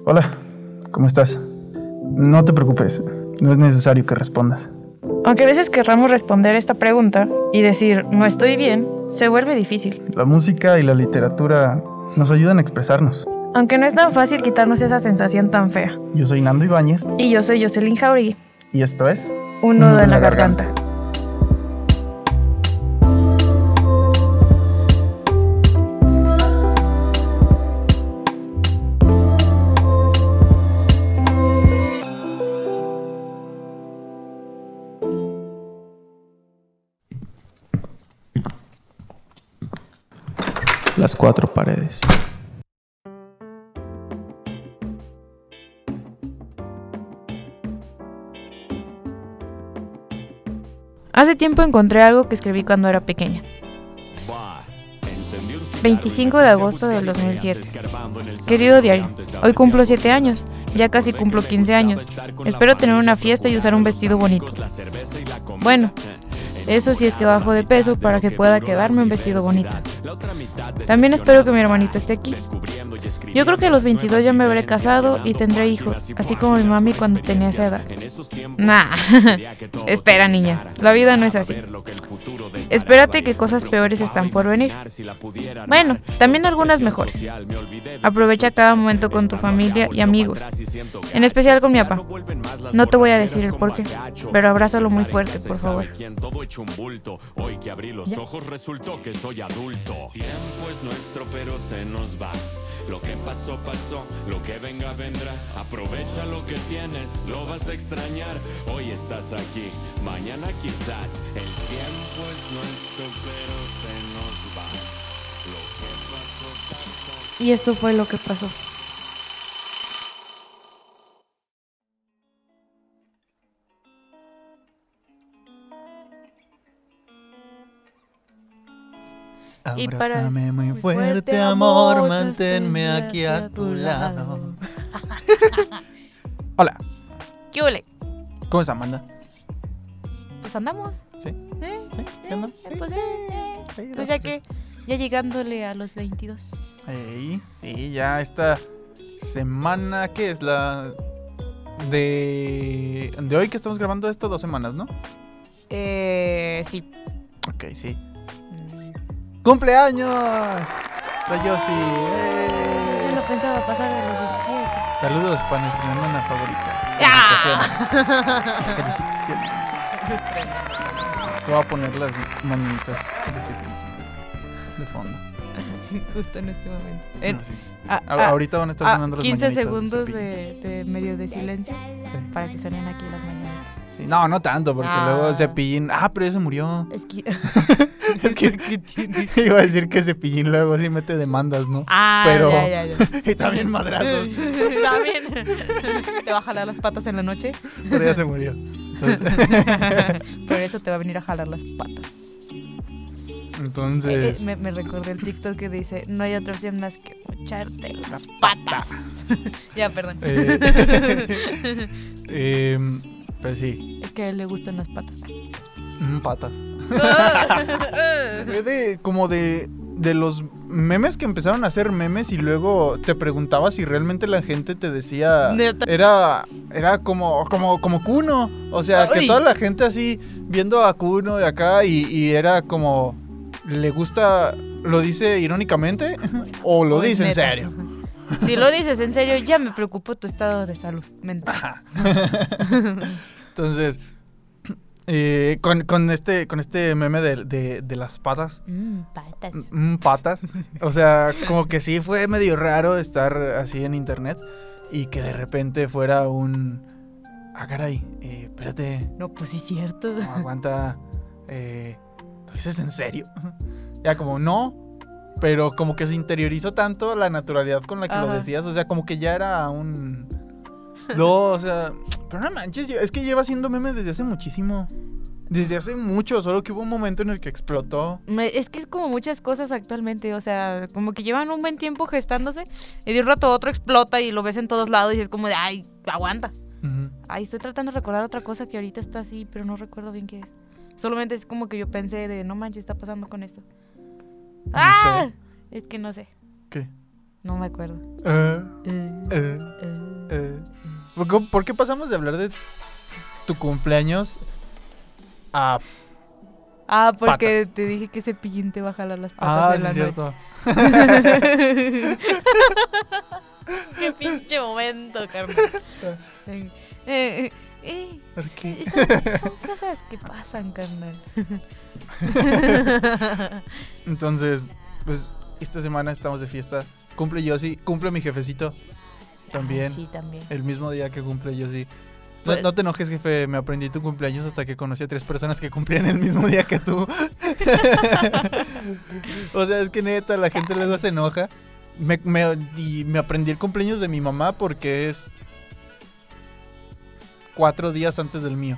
Hola, ¿cómo estás? No te preocupes, no es necesario que respondas. Aunque a veces querramos responder esta pregunta y decir no estoy bien, se vuelve difícil. La música y la literatura nos ayudan a expresarnos. Aunque no es tan fácil quitarnos esa sensación tan fea. Yo soy Nando Ibáñez. Y yo soy Jocelyn Jauregui. Y esto es... Un nudo en la garganta. Las cuatro paredes. Hace tiempo encontré algo que escribí cuando era pequeña. 25 de agosto del 2007. Querido diario, hoy cumplo 7 años, ya casi cumplo 15 años. Espero tener una fiesta y usar un vestido bonito. Bueno, eso sí es que bajo de peso para que pueda quedarme un vestido bonito. También espero que mi hermanito esté aquí. Yo creo que a los 22 ya me habré casado y tendré hijos, así como mi mami cuando tenía esa edad. Nah, espera niña, la vida no es así. Espérate que cosas peores están por venir. Bueno, también algunas mejores. Aprovecha cada momento con tu familia y amigos, en especial con mi papá. No te voy a decir el porqué, pero abrázalo muy fuerte, por favor. Hoy que abrí los ojos resultó que soy adulto. Tiempo es nuestro pero se nos va. Lo que pasó, pasó, lo que venga, vendrá. Aprovecha lo que tienes, lo vas a extrañar. Hoy estás aquí, mañana quizás. El tiempo es nuestro pero se nos va. Lo que pasó, pasó. Y esto fue lo que pasó. Abrázame muy fuerte, amor, manténme aquí a tu lado. Hola. ¿Qué ole? ¿Cómo estás, Amanda? Pues andamos. ¿Sí? ¿Sí andan? Pues ya que, ya llegándole a los 22. Y ya esta semana, ¿qué es? La de hoy que estamos grabando esto, 2 semanas, ¿no? Sí. Ok, sí. ¡Cumpleaños! La Yossi. Yo no pensaba pasar de los 17. Saludos para nuestra hermana favorita. ¡Ah! Felicitaciones. Te voy a poner las mañanitas de fondo. Justo en este momento. Sí. Ahorita van a estar sonando las 15 mañanitas. 15 segundos de medio de silencio para que suenen aquí las mañanitas. Sí, no tanto, porque luego Cepillín... pero ya se murió. Es que... ¿Qué tiene? Iba a decir que Cepillín luego sí mete demandas, ¿no? Pero... Ya. Y también madrazos. También. ¿Te va a jalar las patas en la noche? Pero ya se murió. Entonces... Por eso te va a venir a jalar las patas. Entonces... Me recordé el TikTok que dice: no hay otra opción más que mocharte las patas. Ya, perdón. Pues sí. Es que a él le gustan las patas. Patas. Como de los memes que empezaron a hacer memes y luego te preguntabas si realmente la gente te decía... Era como Kuno. O sea, que toda la gente así viendo a Kuno de acá y era como... ¿Le gusta? ¿Lo dice irónicamente? ¿O lo dice en serio? Si lo dices en serio, ya me preocupó tu estado de salud mental. Entonces, con este meme de las patas. Patas. Patas. O sea, como que sí fue medio raro estar así en internet y que de repente fuera un... caray, espérate. No, pues sí es cierto. No, aguanta. ¿Lo dices en serio? Ya como no. Pero como que se interiorizó tanto la naturalidad con la que lo decías. O sea, como que ya era un... No, o sea... Pero no manches, es que lleva haciendo memes desde hace muchísimo. Desde hace mucho, solo que hubo un momento en el que explotó. Es que es como muchas cosas actualmente, o sea, como que llevan un buen tiempo gestándose y de un rato a otro explota y lo ves en todos lados y es como de, ay, aguanta. Uh-huh. Ay, estoy tratando de recordar otra cosa que ahorita está así, pero no recuerdo bien qué es. Solamente es como que yo pensé de, no manches, está pasando con esto. No sé. Es que no sé. ¿Qué? No me acuerdo. ¿Por qué pasamos de hablar de tu cumpleaños a porque patas? te dije que Cepillín te va a jalar las patas en la cierto. noche. Qué pinche momento, carnal. ¿Por qué? Son cosas que pasan, carnal. Entonces, pues esta semana estamos de fiesta. Cumple Yossi, cumple mi jefecito también. Sí, también. El mismo día que cumple Yossi. Pues, no te enojes, jefe, me aprendí tu cumpleaños hasta que conocí a 3 personas que cumplían el mismo día que tú. O sea, es que neta, la gente luego se enoja. Y me aprendí el cumpleaños de mi mamá porque es 4 días antes del mío.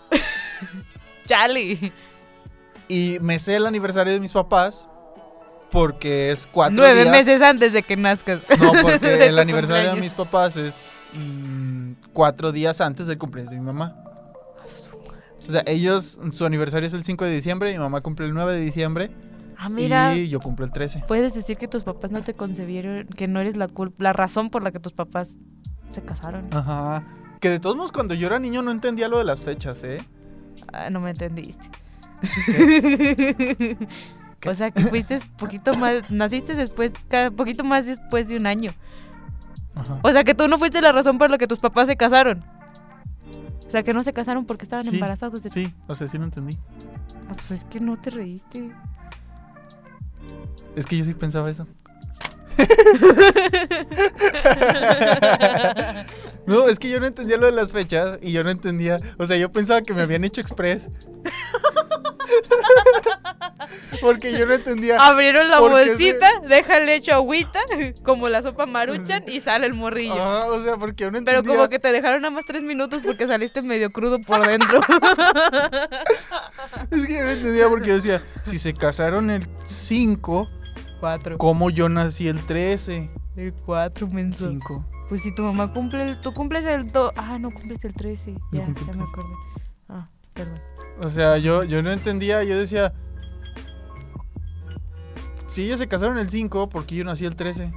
Chale. Y me sé el aniversario de mis papás porque es 4 9 días. meses antes de que nazcas. No, porque De el tu aniversario de cumpleaños. mis papás es 4 días antes del cumpleaños de mi mamá. O sea, su aniversario es el 5 de diciembre, mi mamá cumple el 9 de diciembre. Mira. Y yo cumplo el 13. Puedes decir que tus papás no te concebieron, que no eres la razón por la que tus papás se casaron. Ajá. Que de todos modos, cuando yo era niño no entendía lo de las fechas, ¿eh? No me entendiste. O sea, que fuiste poquito más, naciste después, poquito más después de un año. Ajá. O sea, que tú no fuiste la razón por la que tus papás se casaron. O sea, que no se casaron porque estaban Sí, embarazados de ti. Sí, o sea, sí lo entendí. Pues es que no te reíste. Es que yo sí pensaba eso. No, es que yo no entendía lo de las fechas y yo no entendía, o sea, yo pensaba que me habían hecho express. Porque yo no entendía. Abrieron la ¿por qué bolsita, déjale hecho agüita, como la sopa Maruchan, y sale el morrillo. O sea, porque yo no entendía. Pero como que te dejaron nada más 3 minutos porque saliste medio crudo por dentro. Es que yo no entendía porque yo decía, si se casaron el 5, 4. ¿cómo yo nací el 13? El 4, menso. 5. Pues si tu mamá cumple tú cumples el 2. No cumples el 13. Yo Ya cumplo el me 13. acordé. Perdón. O sea, yo no entendía, yo decía, si ellos se casaron el 5, ¿por qué yo nací el 13?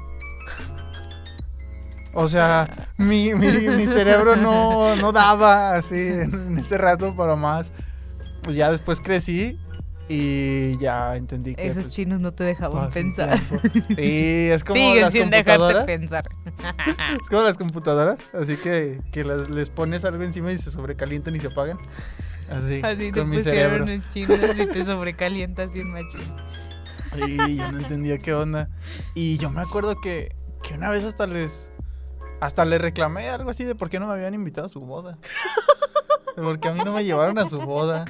O sea, mi cerebro no daba así en ese rato para más. Pues ya después crecí y ya entendí que Esos pues, chinos no te dejaban pasa el pensar. tiempo. Sí, es como Siguen las sin dejarte computadoras. pensar. Es como las computadoras, así que les pones algo encima y se sobrecalientan y se apagan. Así Así te con mi cerebro. pusieron en chinos y te sobrecalientas bien machín. Y yo no entendía qué onda. Y yo me acuerdo que una vez hasta les reclamé algo así de por qué no me habían invitado a su boda. Porque a mí no me llevaron a su boda.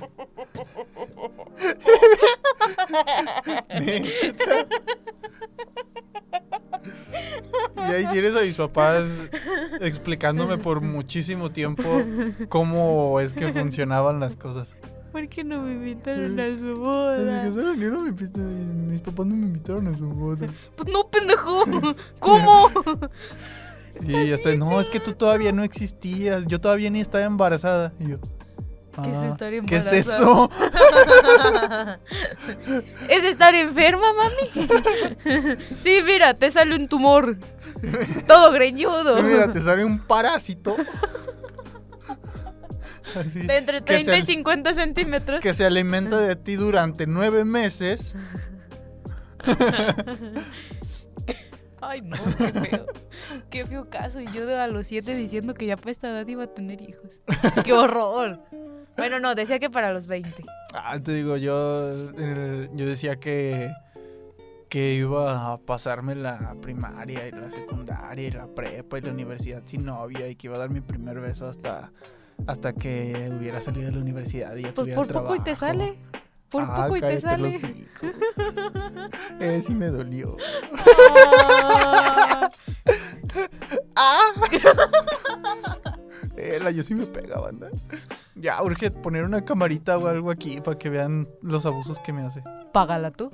Y ahí tienes a mis papás explicándome por muchísimo tiempo cómo es que funcionaban las cosas. ¿Por qué no me invitaron a su Se boda? casaron y mis papás no me invitaron a su boda. Pues no, pendejo. ¿Cómo? Sí, ya está. No, es que tú todavía no existías. Yo todavía ni estaba embarazada. Y yo, ¿Qué es estar ¿qué es embarazada? eso? ¿Es estar enferma, mami? Sí, mira, te sale un tumor. Todo greñudo. Mira, te sale un parásito. Así, De entre que 30 y 50 centímetros. que se alimenta de ti durante 9 meses. Ay, no, qué feo. Qué feo caso. Y yo a los 7 diciendo que ya para esta edad iba a tener hijos. ¡Qué horror! Bueno, no, decía que para los 20. Te digo, yo decía que iba a pasarme la primaria y la secundaria y la prepa y la universidad sin novia y que iba a dar mi primer beso hasta que hubiera salido de la universidad y ya Pues tuviera por trabajo. poco y te sale. Por poco y te cállate el sale. hocico. Sí me dolió. Yo sí me pega, banda. Ya, urge poner una camarita o algo aquí para que vean los abusos que me hace. Págala tú.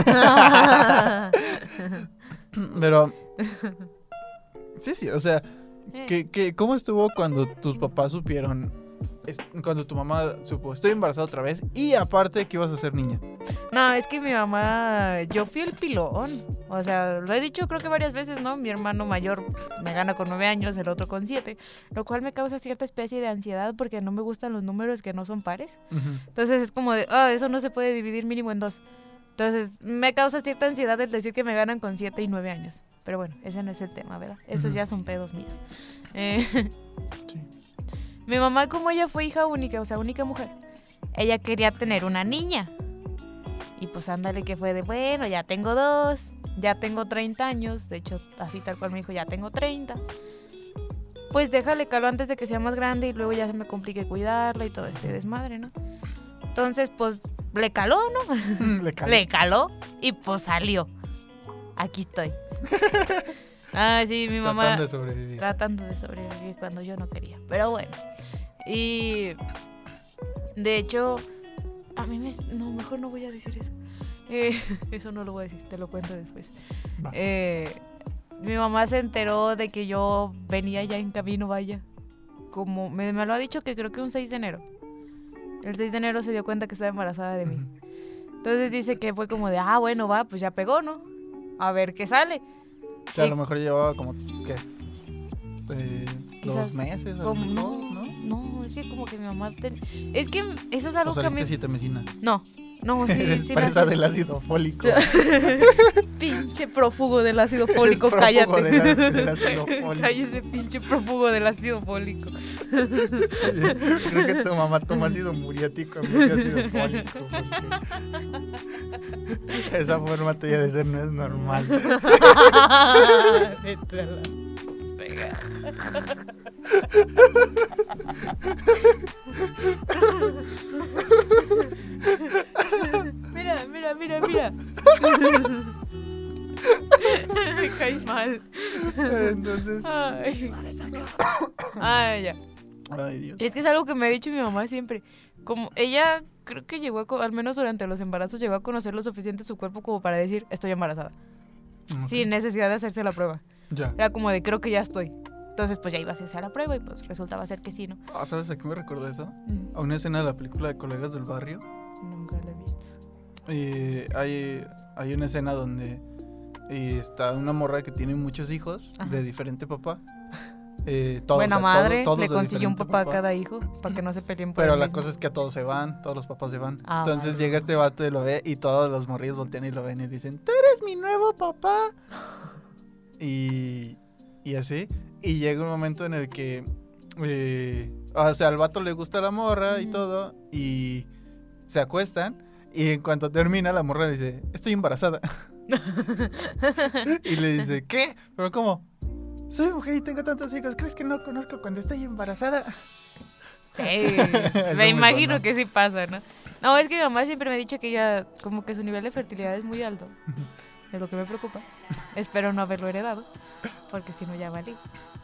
Pero sí, o sea, ¿cómo estuvo cuando tus papás supieron, cuando tu mamá supo, estoy embarazada otra vez y aparte que ibas a ser niña? No, es que mi mamá, yo fui el pilón. O sea, lo he dicho creo que varias veces, ¿no? Mi hermano mayor me gana con 9 años, el otro con 7, lo cual me causa cierta especie de ansiedad porque no me gustan los números que no son pares. Entonces es como de, eso no se puede dividir mínimo en 2. Entonces me causa cierta ansiedad el decir que me ganan con 7 y 9 años. Pero bueno, ese no es el tema, ¿verdad? Esos ya son pedos míos. Sí. Mi mamá, como ella fue hija única, o sea, única mujer, ella quería tener una niña. Y pues ándale que fue de, bueno, ya tengo 2, ya tengo 30 años. De hecho, así tal cual me dijo, ya tengo 30. Pues déjale calo antes de que sea más grande y luego ya se me complique cuidarla y todo este desmadre, ¿no? Entonces, pues, le caló, ¿no? Le caló y pues salió. Aquí estoy. Sí, mi mamá... Tratando de sobrevivir cuando yo no quería. Pero bueno. Y... de hecho... a mí no, mejor no voy a decir eso. Eso no lo voy a decir, te lo cuento después. Mi mamá se enteró de que yo venía ya en camino, vaya. Como me lo ha dicho que creo que un 6 de enero. El 6 de enero se dio cuenta que estaba embarazada de mí. Entonces dice que fue como de, bueno, va, pues ya pegó, ¿no? A ver qué sale. O sea, a lo mejor llevaba como, ¿qué? 2 meses, a lo mejor, No, es que como que mi mamá... Es que eso es algo que a mí... ¿Saliste sitemesina? No, sí. Eres presa del ácido fólico. Pinche prófugo del ácido fólico, cállate. Del ácido fólico. Cállese, pinche prófugo del ácido fólico. Creo que tu mamá toma ácido muriático en vez de ácido fólico. Esa forma tuya de ser no es normal. Mira. Me caes mal. Entonces. Ya. Ay, Dios. Es que es algo que me ha dicho mi mamá siempre. Como ella creo que llegó al menos durante los embarazos, llegó a conocer lo suficiente su cuerpo como para decir, estoy embarazada. Okay. Sin necesidad de hacerse la prueba. Ya. Era como de, creo que ya estoy. Entonces, pues ya iba a hacerse la prueba y pues resultaba ser que sí, ¿no? ¿Sabes a qué me recuerda eso? A una escena de la película de Colegas del Barrio. Nunca la he visto. Hay una escena donde está una morra que tiene muchos hijos. Ajá. De diferente papá. Todos, buena madre, todos le consiguió un papá a cada hijo para que no se peleen por Pero el la mismo. cosa es que a todos se van, todos los papás se van. Entonces llega este vato y lo ve y todos los morrillos voltean y lo ven y dicen, tú eres mi nuevo papá. Y así. Y llega un momento en el que o sea, al vato le gusta la morra y todo. Y se acuestan. Y en cuanto termina, la morra le dice, estoy embarazada. Y le dice, ¿qué? ¿Pero cómo? Soy mujer y tengo tantos hijos. ¿Crees que no conozco cuando estoy embarazada? Sí, me imagino que sí pasa, ¿no? No, es que mi mamá siempre me ha dicho que ella, como que su nivel de fertilidad es muy alto. Es lo que me preocupa. Espero no haberlo heredado, porque si no ya valí.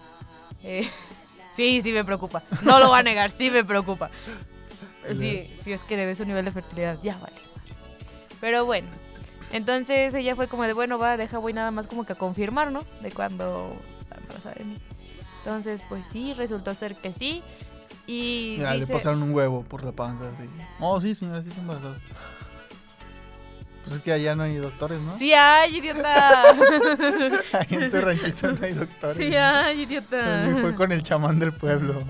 Sí me preocupa. No lo va a negar, sí me preocupa. Sí, es que heredé su nivel de fertilidad, ya vale. Pero bueno, entonces ella fue como de, bueno, voy nada más como que a confirmar, ¿no? De cuando está embarazada de mí. Entonces, pues sí, resultó ser que sí. Y mira, le pasaron un huevo por la panza, así. Oh, sí, señora, sí está embarazada. Pues es que allá no hay doctores, ¿no? Sí hay, idiota. Ahí en tu ranchito no hay doctores. Sí hay, idiota. Y fue con el chamán del pueblo.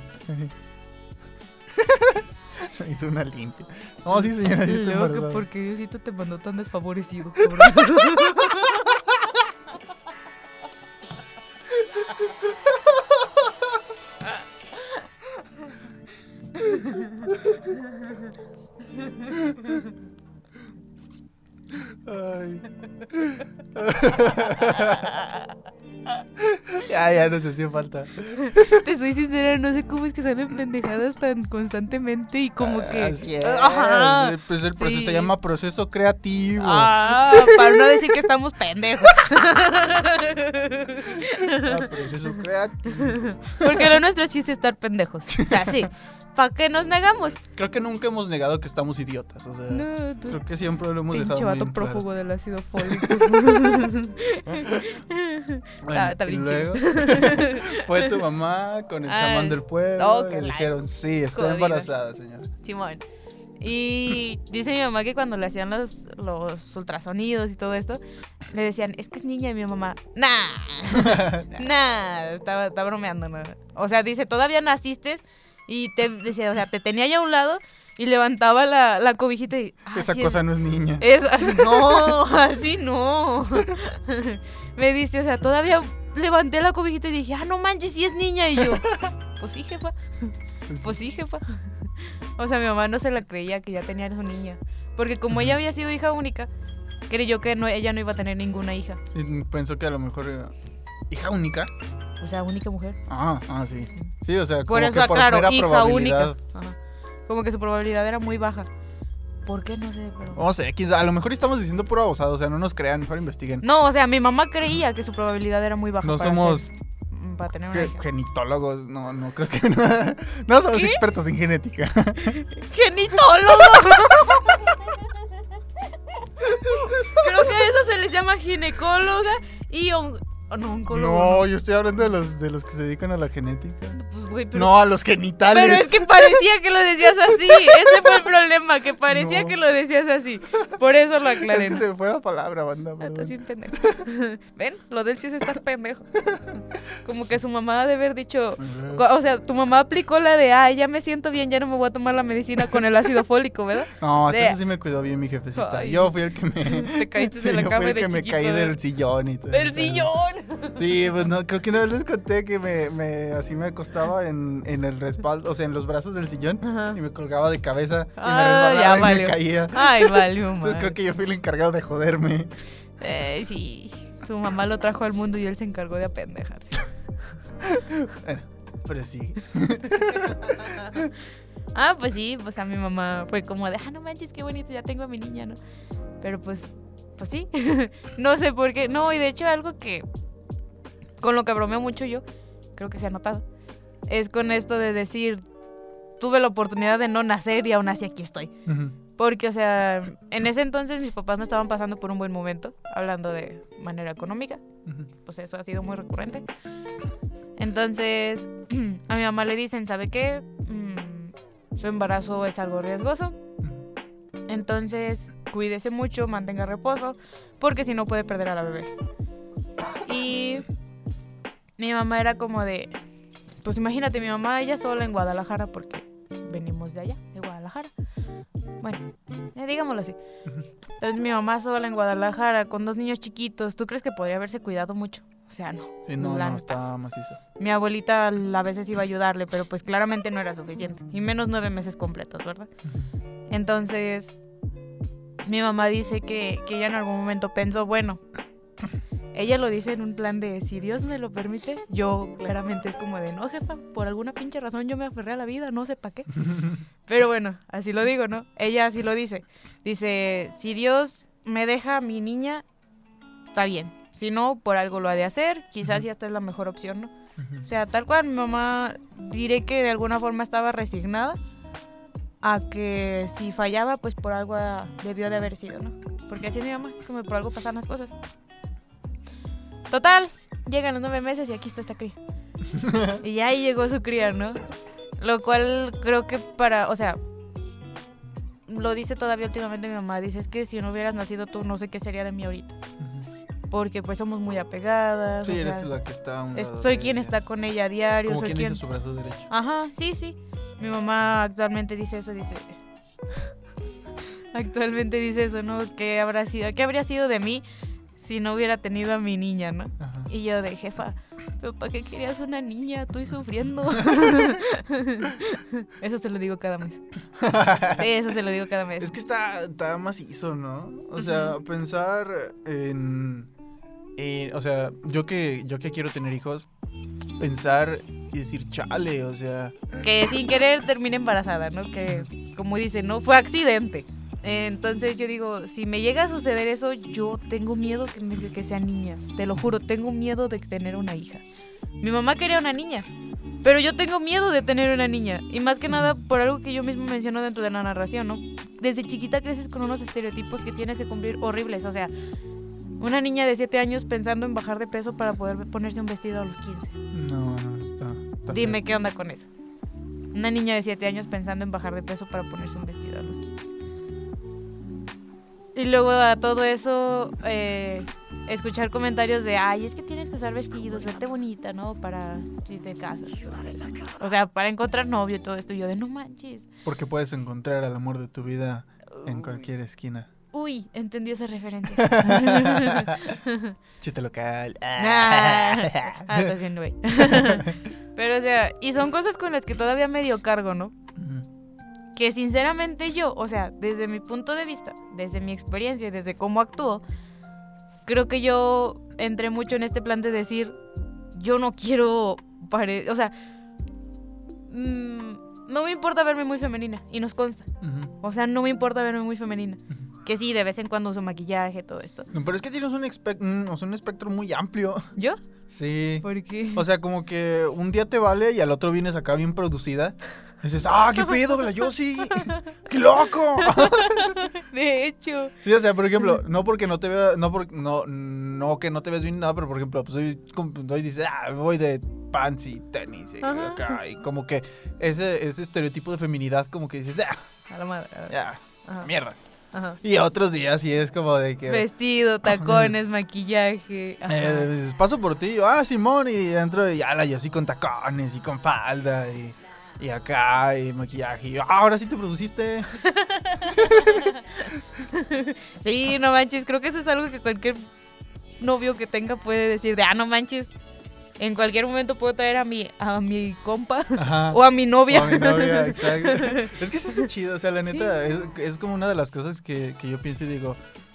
Hizo una limpia. No, sí, señora, sí está embarazada. Que porque Diosito te mandó tan desfavorecido. Ay. Ya nos hacía falta. Te soy sincera, no sé cómo es que salen pendejadas tan constantemente y como que... Así es. Ajá. Pues el proceso se llama proceso creativo. Para no decir que estamos pendejos. Proceso creativo. Porque lo nuestro sí es estar pendejos. O sea, sí. ¿Para qué nos negamos? Creo que nunca hemos negado que estamos idiotas. O sea, no, creo que siempre lo hemos dejado muy vato prófugo claro. del ácido fólico. Bueno, está bien y luego fue tu mamá con el chamán del pueblo y le dijeron, sí, está embarazada, señora. Simón. Y dice mi mamá que cuando le hacían los ultrasonidos y todo esto, le decían, es que es niña. Y mi mamá, está bromeando, ¿no? O sea, dice, todavía naciste. Y te decía, o sea, te tenía ya a un lado y levantaba la cobijita y... Esa cosa no es niña. No, así no. Me dice, o sea, todavía levanté la cobijita y dije, no manches, sí es niña. Y yo, pues sí, jefa. O sea, mi mamá no se la creía que ya tenía a su niña. Porque como ella había sido hija única, creyó que ella no iba a tener ninguna hija. Sí, pensó que a lo mejor era hija única. O sea, única mujer. Sí. Sí, o sea, por como eso, que por claro, mera hija probabilidad. Única. Ajá. Como que su probabilidad era muy baja. ¿Por qué? No sé, pero... O sea, a lo mejor estamos diciendo puro abusado, o sea, no nos crean, mejor investiguen. No, o sea, mi mamá creía que su probabilidad era muy baja. No somos... para tener una hija. Genitólogos, no creo que no somos expertos en genética. ¡Genitólogo! Creo que a eso se les llama ginecóloga y oncólogo. No, yo estoy hablando de los que se dedican a la genética. Pues, güey, pero... No, a los genitales. Pero es que parecía que lo decías así. Ese fue el problema, que parecía que lo decías así. Por eso lo aclaré. Es que se me fue la palabra, banda. Estás bien pendejo. ¿Ven? Lo del sí es estar pendejo. Como que su mamá ha de haber dicho... O sea, tu mamá aplicó la de, ya me siento bien, ya no me voy a tomar la medicina con el ácido fólico, ¿verdad? No, eso sí me cuidó bien mi jefecita. Ay, yo fui el que me... Te caíste de la cama de chiquito. Yo fui el que me caí del sillón y todo. ¡Del sillón! Sí, pues no, creo que no les conté que así me acostaba en el respaldo, o sea, en los brazos del sillón. Ajá. Y me colgaba de cabeza y me resbalaba y me caía. Ay, valió, man. Entonces creo que yo fui el encargado de joderme. Sí, su mamá lo trajo al mundo y él se encargó de apendejar. Bueno, pero sí. Pues sí, pues a mi mamá fue como de, no manches, qué bonito, ya tengo a mi niña, ¿no? Pero pues sí, no sé por qué. No, y de hecho algo que, con lo que bromeo mucho yo, creo que se ha notado, es con esto de decir, tuve la oportunidad de no nacer y aún así aquí estoy. Uh-huh. Porque, o sea, en ese entonces mis papás no estaban pasando por un buen momento, hablando de manera económica. Uh-huh. Pues eso ha sido muy recurrente. Entonces, a mi mamá le dicen, ¿sabe qué? Su embarazo es algo riesgoso. Entonces, cuídese mucho, mantenga reposo, porque si no puede perder a la bebé. Y mi mamá era como de... Pues imagínate, mi mamá, ella sola en Guadalajara, porque venimos de allá, de Guadalajara. Bueno, digámoslo así. Entonces mi mamá sola en Guadalajara, con 2 niños chiquitos, ¿tú crees que podría haberse cuidado mucho? O sea, no. Sí, no, está macizo. Mi abuelita a veces iba a ayudarle, pero pues claramente no era suficiente. Y menos 9 meses completos, ¿verdad? Entonces, mi mamá dice que ella en algún momento pensó, bueno, ella lo dice en un plan de, si Dios me lo permite, yo claramente es como de, no, jefa, por alguna pinche razón yo me aferré a la vida, no sé para qué. Pero bueno, así lo digo, ¿no? Ella así lo dice. Dice, si Dios me deja a mi niña, está bien. Si no, por algo lo ha de hacer, quizás ya esta es la mejor opción, ¿no? O sea, tal cual, mi mamá diré que de alguna forma estaba resignada a que si fallaba, pues por algo debió de haber sido, ¿no? Porque así es mi mamá, como por algo pasan las cosas. Total, llegan los 9 meses y aquí está esta cría. Y ya ahí llegó su cría, ¿no? Lo cual creo que o sea, lo dice todavía últimamente mi mamá, dice, es que si no hubieras nacido tú, no sé qué sería de mí ahorita. Porque pues somos muy apegadas. Sí, eres la que está a un lado soy quien está con ella a diario. Como quien dice su brazo derecho. Ajá, sí. Mi mamá actualmente dice eso, actualmente dice eso, ¿no? ¿Qué habría sido de mí si no hubiera tenido a mi niña, ¿no? Ajá. Y yo de jefa, ¿pero para qué querías una niña? Estoy sufriendo. Eso se lo digo cada mes. Sí, eso se lo digo cada mes. Es que está macizo, ¿no? O sea, pensar o sea, yo que quiero tener hijos, pensar y decir, chale, o sea... Que sin querer termine embarazada, ¿no? Que, como dicen, ¿no? Fue accidente. Entonces yo digo, si me llega a suceder eso, yo tengo miedo que sea niña. Te lo juro, tengo miedo de tener una hija. Mi mamá quería una niña, pero yo tengo miedo de tener una niña. Y más que nada por algo que yo mismo menciono dentro de la narración, ¿no? Desde chiquita creces con unos estereotipos que tienes que cumplir horribles. O sea, una niña de 7 años pensando en bajar de peso para poder ponerse un vestido a los 15. No, está Dime, ¿qué onda con eso? Una niña de 7 años pensando en bajar de peso para ponerse un vestido a los 15. Y luego a todo eso, escuchar comentarios de, ay, es que tienes que usar vestidos, verte bonita, ¿no? Para si te casas. O sea, para encontrar novio y todo esto. Y yo de, no manches. Porque puedes encontrar al amor de tu vida en cualquier esquina. Uy, entendí esa referencia. Chiste local. Estás bien, güey. Pero, o sea, y son cosas con las que todavía medio cargo, ¿no? Que sinceramente yo, o sea, desde mi punto de vista, desde mi experiencia y desde cómo actúo, creo que yo entré mucho en este plan de decir, yo no quiero, o sea, no me importa verme muy femenina, y nos consta. O sea, no me importa verme muy femenina. Que sí, de vez en cuando uso maquillaje, todo esto. No, pero es que tienes un espectro muy amplio. ¿Yo? Sí. ¿Por qué? O sea, como que un día te vale y al otro vienes acá bien producida. Y dices, qué pedo, yo sí. ¡Qué loco! De hecho. Sí, o sea, por ejemplo, no porque no te vea, no que no te veas bien nada, pero por ejemplo, pues hoy dices, voy de pants y tenis y acá. Y como que ese estereotipo de feminidad, como que dices, a la madre. Ya, mierda. Ajá. Y otros días sí es como de que... Vestido, tacones, maquillaje. Paso por ti, Simón, y entro y yo así con tacones y con falda y acá y maquillaje. Y ahora sí te produciste. Sí, no manches, creo que eso es algo que cualquier novio que tenga puede decir de, no manches. En cualquier momento puedo traer a mi compa. Ajá. O a mi novia. O a mi novia, exacto. Es que eso está chido, o sea, la neta, sí. es como una de las cosas que yo pienso y digo,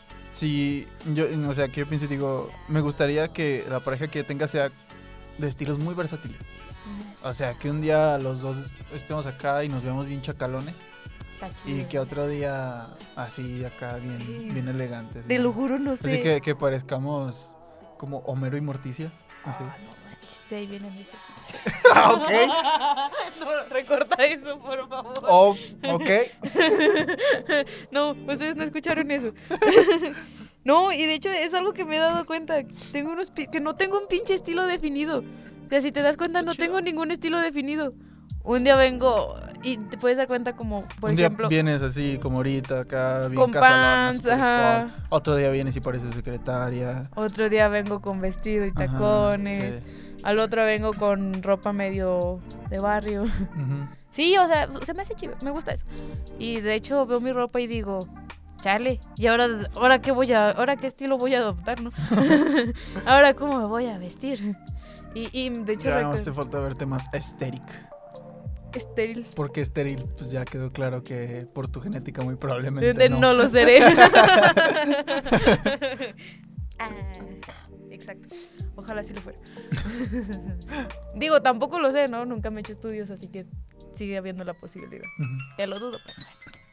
me gustaría que la pareja que yo tenga sea de estilos muy versátiles. O sea, que un día los dos estemos acá y nos veamos bien chacalones. Y que otro día así acá bien elegantes. Te lo juro, no sé. Así que parezcamos como Homero y Morticia. Así. De ahí viene mi ok. No, recorta eso, por favor. Ok. No, ustedes no escucharon eso. No, y de hecho es algo que me he dado cuenta. Que no tengo un pinche estilo definido. O sea, si te das cuenta, no tengo ningún estilo definido. Un día vengo y te puedes dar cuenta como, por ejemplo... Un día vienes así como ahorita, acá, bien con casalona, pants, ajá. Otro día vienes y pareces secretaria. Otro día vengo con vestido y tacones. Sí. Al otro vengo con ropa medio de barrio. Sí, o sea, se me hace chido, me gusta eso. Y de hecho veo mi ropa y digo, chale, ¿y ahora qué estilo voy a adoptar, no? Ahora cómo me voy a vestir. Y de hecho... Ya no te falta verte más estéril. Porque estéril, pues ya quedó claro que por tu genética muy probablemente no lo seré. Exacto. Ojalá sí lo fuera. Digo, tampoco lo sé, ¿no? Nunca me he hecho estudios, así que sigue habiendo la posibilidad. Ya lo dudo, pero bueno.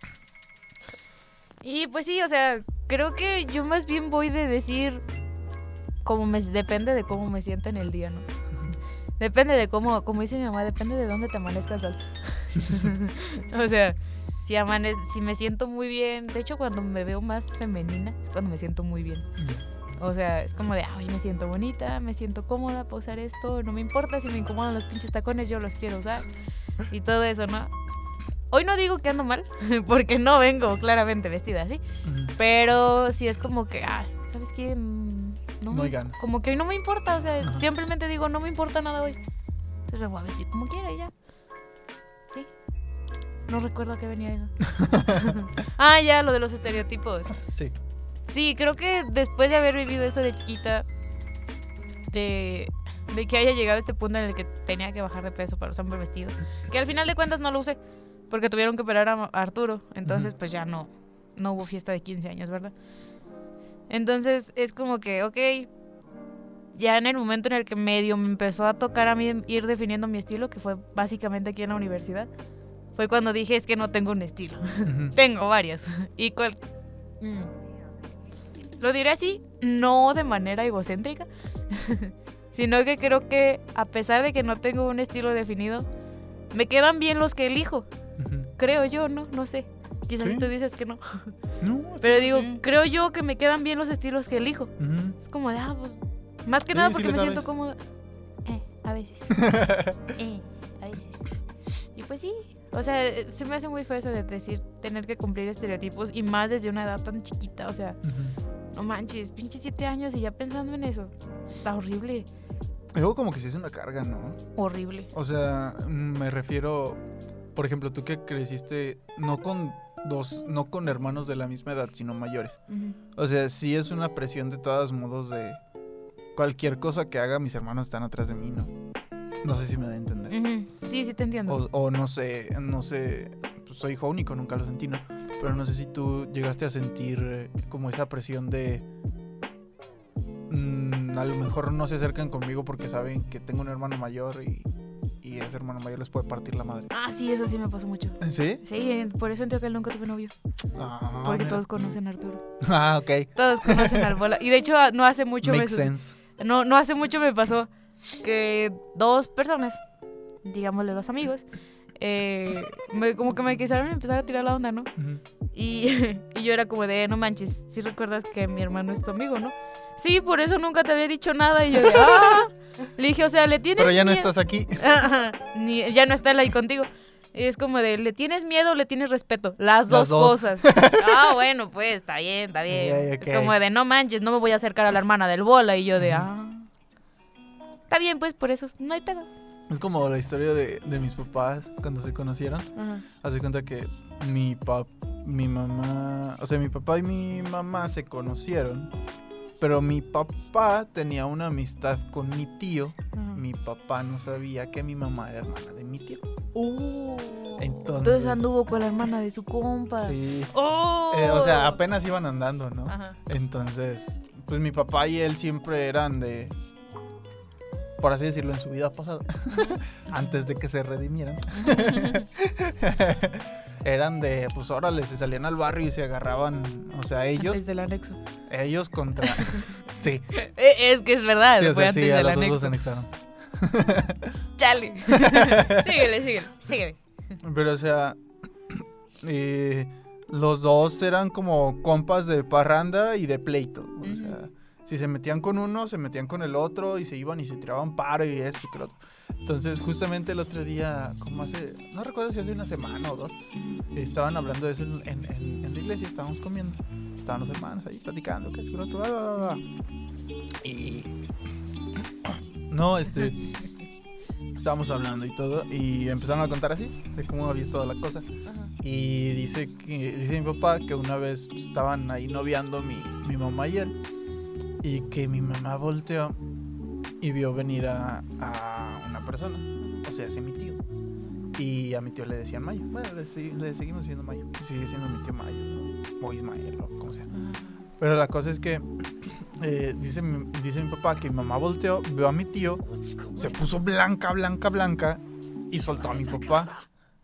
Y pues sí, o sea, creo que yo más bien voy de decir depende de cómo me sienta en el día, ¿no? Depende de como dice mi mamá, depende de dónde te amanezca el sol. O sea, si me siento muy bien, de hecho cuando me veo más femenina es cuando me siento muy bien. O sea, es como de, hoy me siento bonita, me siento cómoda para usar esto, no me importa si me incomodan los pinches tacones, yo los quiero usar. Y todo eso, ¿no? Hoy no digo que ando mal, porque no vengo claramente vestida así. Pero sí es como que, ¿sabes qué? No hay ganas. Como que hoy no me importa, o sea, simplemente digo, no me importa nada hoy. Entonces me voy a vestir como quiera y ya. Sí. No recuerdo a qué venía eso. Ya, lo de los estereotipos. Sí. Sí, creo que después de haber vivido eso de chiquita, de que haya llegado a este punto en el que tenía que bajar de peso para usar un vestido, que al final de cuentas no lo usé, porque tuvieron que operar a Arturo, entonces pues ya no hubo fiesta de 15 años, ¿verdad? Entonces es como que, ok, ya en el momento en el que medio me empezó a tocar a mí ir definiendo mi estilo, que fue básicamente aquí en la universidad, fue cuando dije, es que no tengo un estilo, tengo varios, y lo diré así, no de manera egocéntrica, sino que creo que a pesar de que no tengo un estilo definido, me quedan bien los que elijo, creo yo, no sé. Quizás ¿sí? Tú dices que no. Pero digo, sí. Creo yo que me quedan bien los estilos que elijo. Es como de, pues, más que nada porque me siento cómoda. A veces. A veces. Y pues sí, o sea, se me hace muy feo eso de decir, tener que cumplir estereotipos y más desde una edad tan chiquita, o sea, no manches, pinche 7 años y ya pensando en eso, está horrible. Luego como que sí es una carga, ¿no? Horrible. O sea, me refiero, por ejemplo, tú que creciste no con hermanos de la misma edad, sino mayores. O sea, sí es una presión de todos modos de cualquier cosa que haga, mis hermanos están atrás de mí, ¿no? No sé si me da a entender. Sí te entiendo. O no sé, pues soy hijo único, nunca lo sentí, ¿no? Pero no sé si tú llegaste a sentir como esa presión de a lo mejor no se acercan conmigo porque saben que tengo un hermano mayor y ese hermano mayor les puede partir la madre. Ah, sí, eso sí me pasó mucho. ¿Sí? Sí, por eso entiendo que él nunca tuve novio. Porque todos conocen a Arturo. Ok. Todos conocen al Bola. Y de hecho no hace mucho Makes sense. No hace mucho me pasó que 2 personas, digámosle 2 amigos, como que me quisieron empezar a tirar la onda, ¿no? Y yo era como de, no manches, ¿sí recuerdas que mi hermano es tu amigo, no? Sí, por eso nunca te había dicho nada. Y yo de, le dije, o sea, le tienes Pero ya no miedo? estás aquí. Ya no está él ahí contigo. Y es como de, ¿le tienes miedo o le tienes respeto? Las dos cosas. Bueno, pues, está bien. Okay. Es como de, no manches, no me voy a acercar a la hermana del Bola. Y yo de, está bien, pues, por eso, no hay pedo. Es como la historia de mis papás cuando se conocieron. Haz de cuenta que mi mamá, o sea, mi papá y mi mamá se conocieron, pero mi papá tenía una amistad con mi tío. Mi papá no sabía que mi mamá era hermana de mi tío. Entonces anduvo con la hermana de su compa. Sí. O sea, apenas iban andando, ¿no? Entonces, pues mi papá y él siempre eran de, por así decirlo, en su vida pasada, antes de que se redimieran, eran de, pues órale, se salían al barrio y se agarraban, o sea, ellos. Antes del anexo. Ellos contra. Sí. Es que es verdad. Sí, o sea, antes sí, a del los anexo. dos los anexaron. Chale. Síguele. Pero, o sea, los dos eran como compas de parranda y de pleito. O sea, si se metían con uno, se metían con el otro y se iban y se tiraban paro y esto y que lo otro. Entonces, justamente el otro día, como no recuerdo si hace una semana o 2, estaban hablando de eso en la iglesia, estábamos comiendo. Estaban los hermanos ahí platicando, que es lo otro, bla, bla, bla. Y no, estábamos hablando y todo, y empezaron a contar así, de cómo había estado la cosa. Y dice mi papá que una vez estaban ahí noviando mi mamá y él, y que mi mamá volteó y vio venir a una persona, o sea, mi tío. Y a mi tío le decían Mayo. Bueno, le seguimos diciendo Mayo. Sigue siendo mi tío Mayo, ¿no? O Ismael, o como sea. Pero la cosa es que dice mi papá que mi mamá volteó, vio a mi tío, se puso blanca y soltó a mi papá.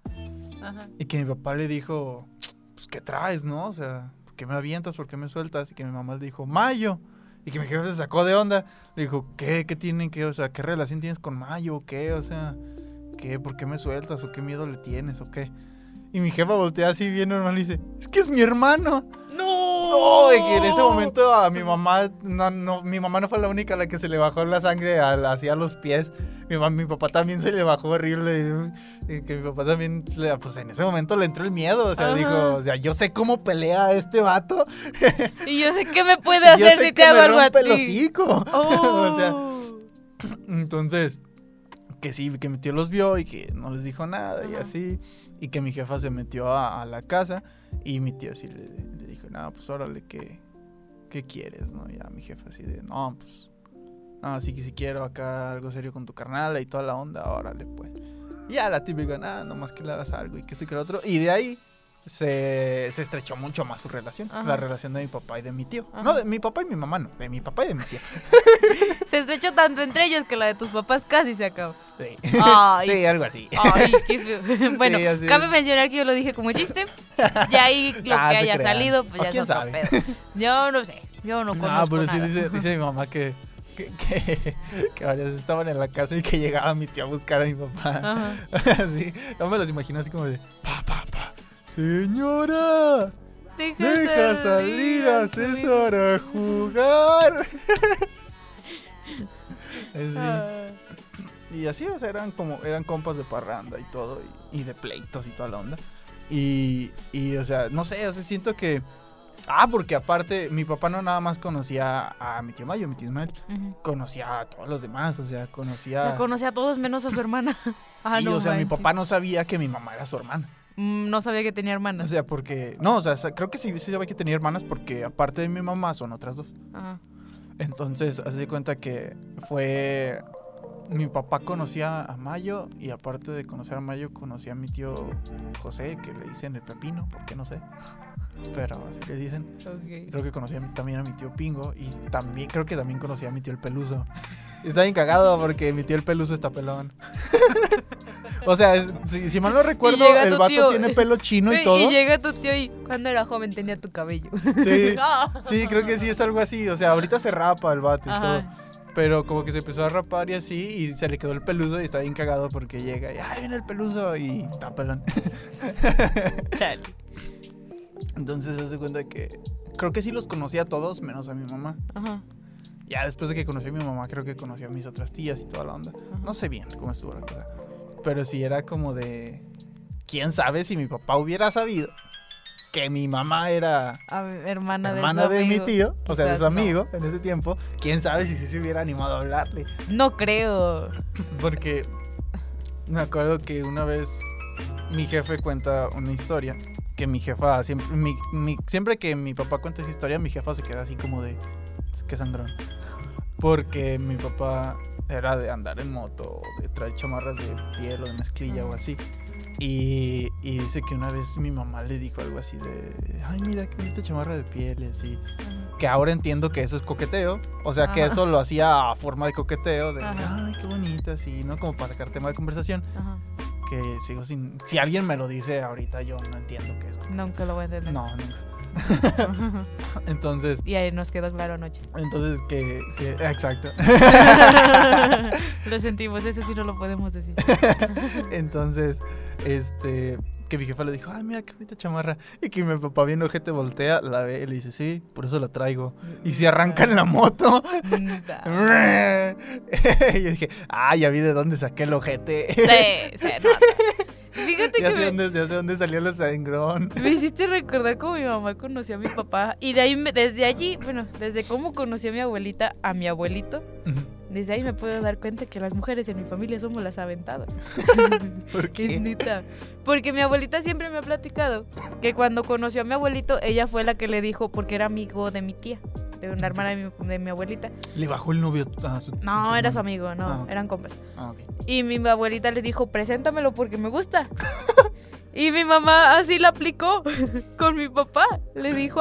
Y que mi papá le dijo, pues, ¿qué traes, no? O sea, ¿por qué me avientas? ¿Por qué me sueltas? Y que mi mamá le dijo, Mayo. Y que mi jefe se sacó de onda. Le dijo, ¿qué tienen que? O sea, ¿qué relación tienes con Mayo o qué? O sea, ¿qué? ¿Por qué me sueltas? ¿O qué miedo le tienes? ¿O qué? Y mi jefa voltea así bien normal y dice, es que es mi hermano. No, y que en ese momento a mi mamá, mi mamá no fue la única a la que se le bajó la sangre hacia los pies. Mi papá también se le bajó horrible. Y que mi papá también, pues en ese momento le entró el miedo. O sea, dijo, o sea, yo sé cómo pelea este vato. Y yo sé qué me puede hacer si te hago algo a ti. El hocico. O sea, entonces, que sí, que mi tío los vio y que no les dijo nada y así. Y que mi jefa se metió a la casa y mi tío así le dijo, no, pues órale, ¿qué quieres? ¿No? Y a mi jefa así de, no, pues, no, sí que si quiero acá algo serio con tu carnal y toda la onda, órale, pues. Y ya la típica, nada, nomás que le hagas algo y que sí que el otro. Y de ahí se estrechó mucho más su relación, la relación de mi papá y de mi tío. No, de mi papá y mi mamá no, de mi papá y de mi tío. Se estrechó tanto entre ellos que la de tus papás casi se acabó. Sí. Ay. Sí, algo así. Ay, qué feo. Bueno, sí, cabe mencionar que yo lo dije como chiste. Y ahí lo que haya salido, pues ya es otro pedo. Yo no sé, yo no conozco pero nada. sí dice mi mamá que varios estaban en la casa y que llegaba mi tío a buscar a mi papá. Así, no me los imagino así como de, pa, señora, deja salir a César a jugar. Así. Y así, o sea, eran compas de parranda y todo, y de pleitos y toda la onda. Y o sea, no sé, o sea, siento que... porque aparte, mi papá no nada más conocía a mi tío Mayo, mi tío Ismael, conocía a todos los demás, o sea, conocía a todos menos a su hermana. Sí, no, o sea, mi papá no sabía que mi mamá era su hermana. No sabía que tenía hermanas. O sea, porque... No, o sea, creo que sí sabía que tenía hermanas porque aparte de mi mamá son otras dos. Ajá. Entonces, haz de cuenta que fue... Mi papá conocía a Mayo y aparte de conocer a Mayo, conocía a mi tío José, que le dicen el Pepino, ¿por qué no sé? Pero así le dicen. Okay. Creo que conocía también a mi tío Pingo y creo que también conocía a mi tío el Peluso. Está bien cagado porque mi tío el Peluso está pelón. O sea, si mal no recuerdo, el vato tiene pelo chino y todo. Y llega tu tío y cuando era joven tenía tu cabello. Sí, creo que sí es algo así. O sea, ahorita se rapa el vato y todo. Pero como que se empezó a rapar y así, y se le quedó el Peluso y está bien cagado porque llega y ¡ay, viene el Peluso! Y está pelón. Chale. Entonces se hace cuenta que creo que sí los conocía a todos, menos a mi mamá. Ajá. Ya después de que conocí a mi mamá, creo que conocí a mis otras tías y toda la onda. Ajá. No sé bien cómo estuvo la cosa. Pero sí era como de... ¿Quién sabe si mi papá hubiera sabido que mi mamá era hermana de mi tío? Quizás, o sea, de su amigo en ese tiempo. ¿Quién sabe si sí se hubiera animado a hablarle? No creo. Porque me acuerdo que una vez mi jefe cuenta una historia que mi jefa siempre que mi papá cuenta esa historia, mi jefa se queda así como de qué sangrón. Porque mi papá era de andar en moto, de traer chamarras de piel o de mezclilla o así. Y dice que una vez mi mamá le dijo algo así de ay, mira qué bonita chamarra de piel y así. Que ahora entiendo que eso es coqueteo. O sea, que eso lo hacía a forma de coqueteo, de ay, qué bonita, así, ¿no? Como para sacar tema de conversación. Ajá. Que sigo sin... Si alguien me lo dice ahorita, yo no entiendo qué es coqueteo. Nunca lo voy a entender. No, nunca. Entonces... Y ahí nos quedó claro anoche. Entonces, que exacto. Lo sentimos, eso sí no lo podemos decir. Entonces, que mi jefa le dijo, ay, mira qué bonita chamarra. Y que mi papá bien ojete voltea, la ve y le dice, sí, por eso la traigo. Y se arranca en la moto. Y yo dije, ya vi de dónde saqué el ojete. Sí, se nota. Fíjate ya sé dónde salió el sangrón. Me hiciste recordar cómo mi mamá conoció a mi papá. Y de ahí, desde allí, bueno, desde cómo conoció a mi abuelita a mi abuelito, desde ahí me puedo dar cuenta que las mujeres en mi familia somos las aventadas. ¿Por qué? Es neta. Porque mi abuelita siempre me ha platicado que cuando conoció a mi abuelito, ella fue la que le dijo, porque era amigo de mi tía, de una hermana de mi abuelita. ¿Le bajó el novio a su No, era su amigo, no, okay. Eran compas. Okay. Y mi abuelita le dijo, preséntamelo porque me gusta. Y mi mamá así la aplicó con mi papá. Le dijo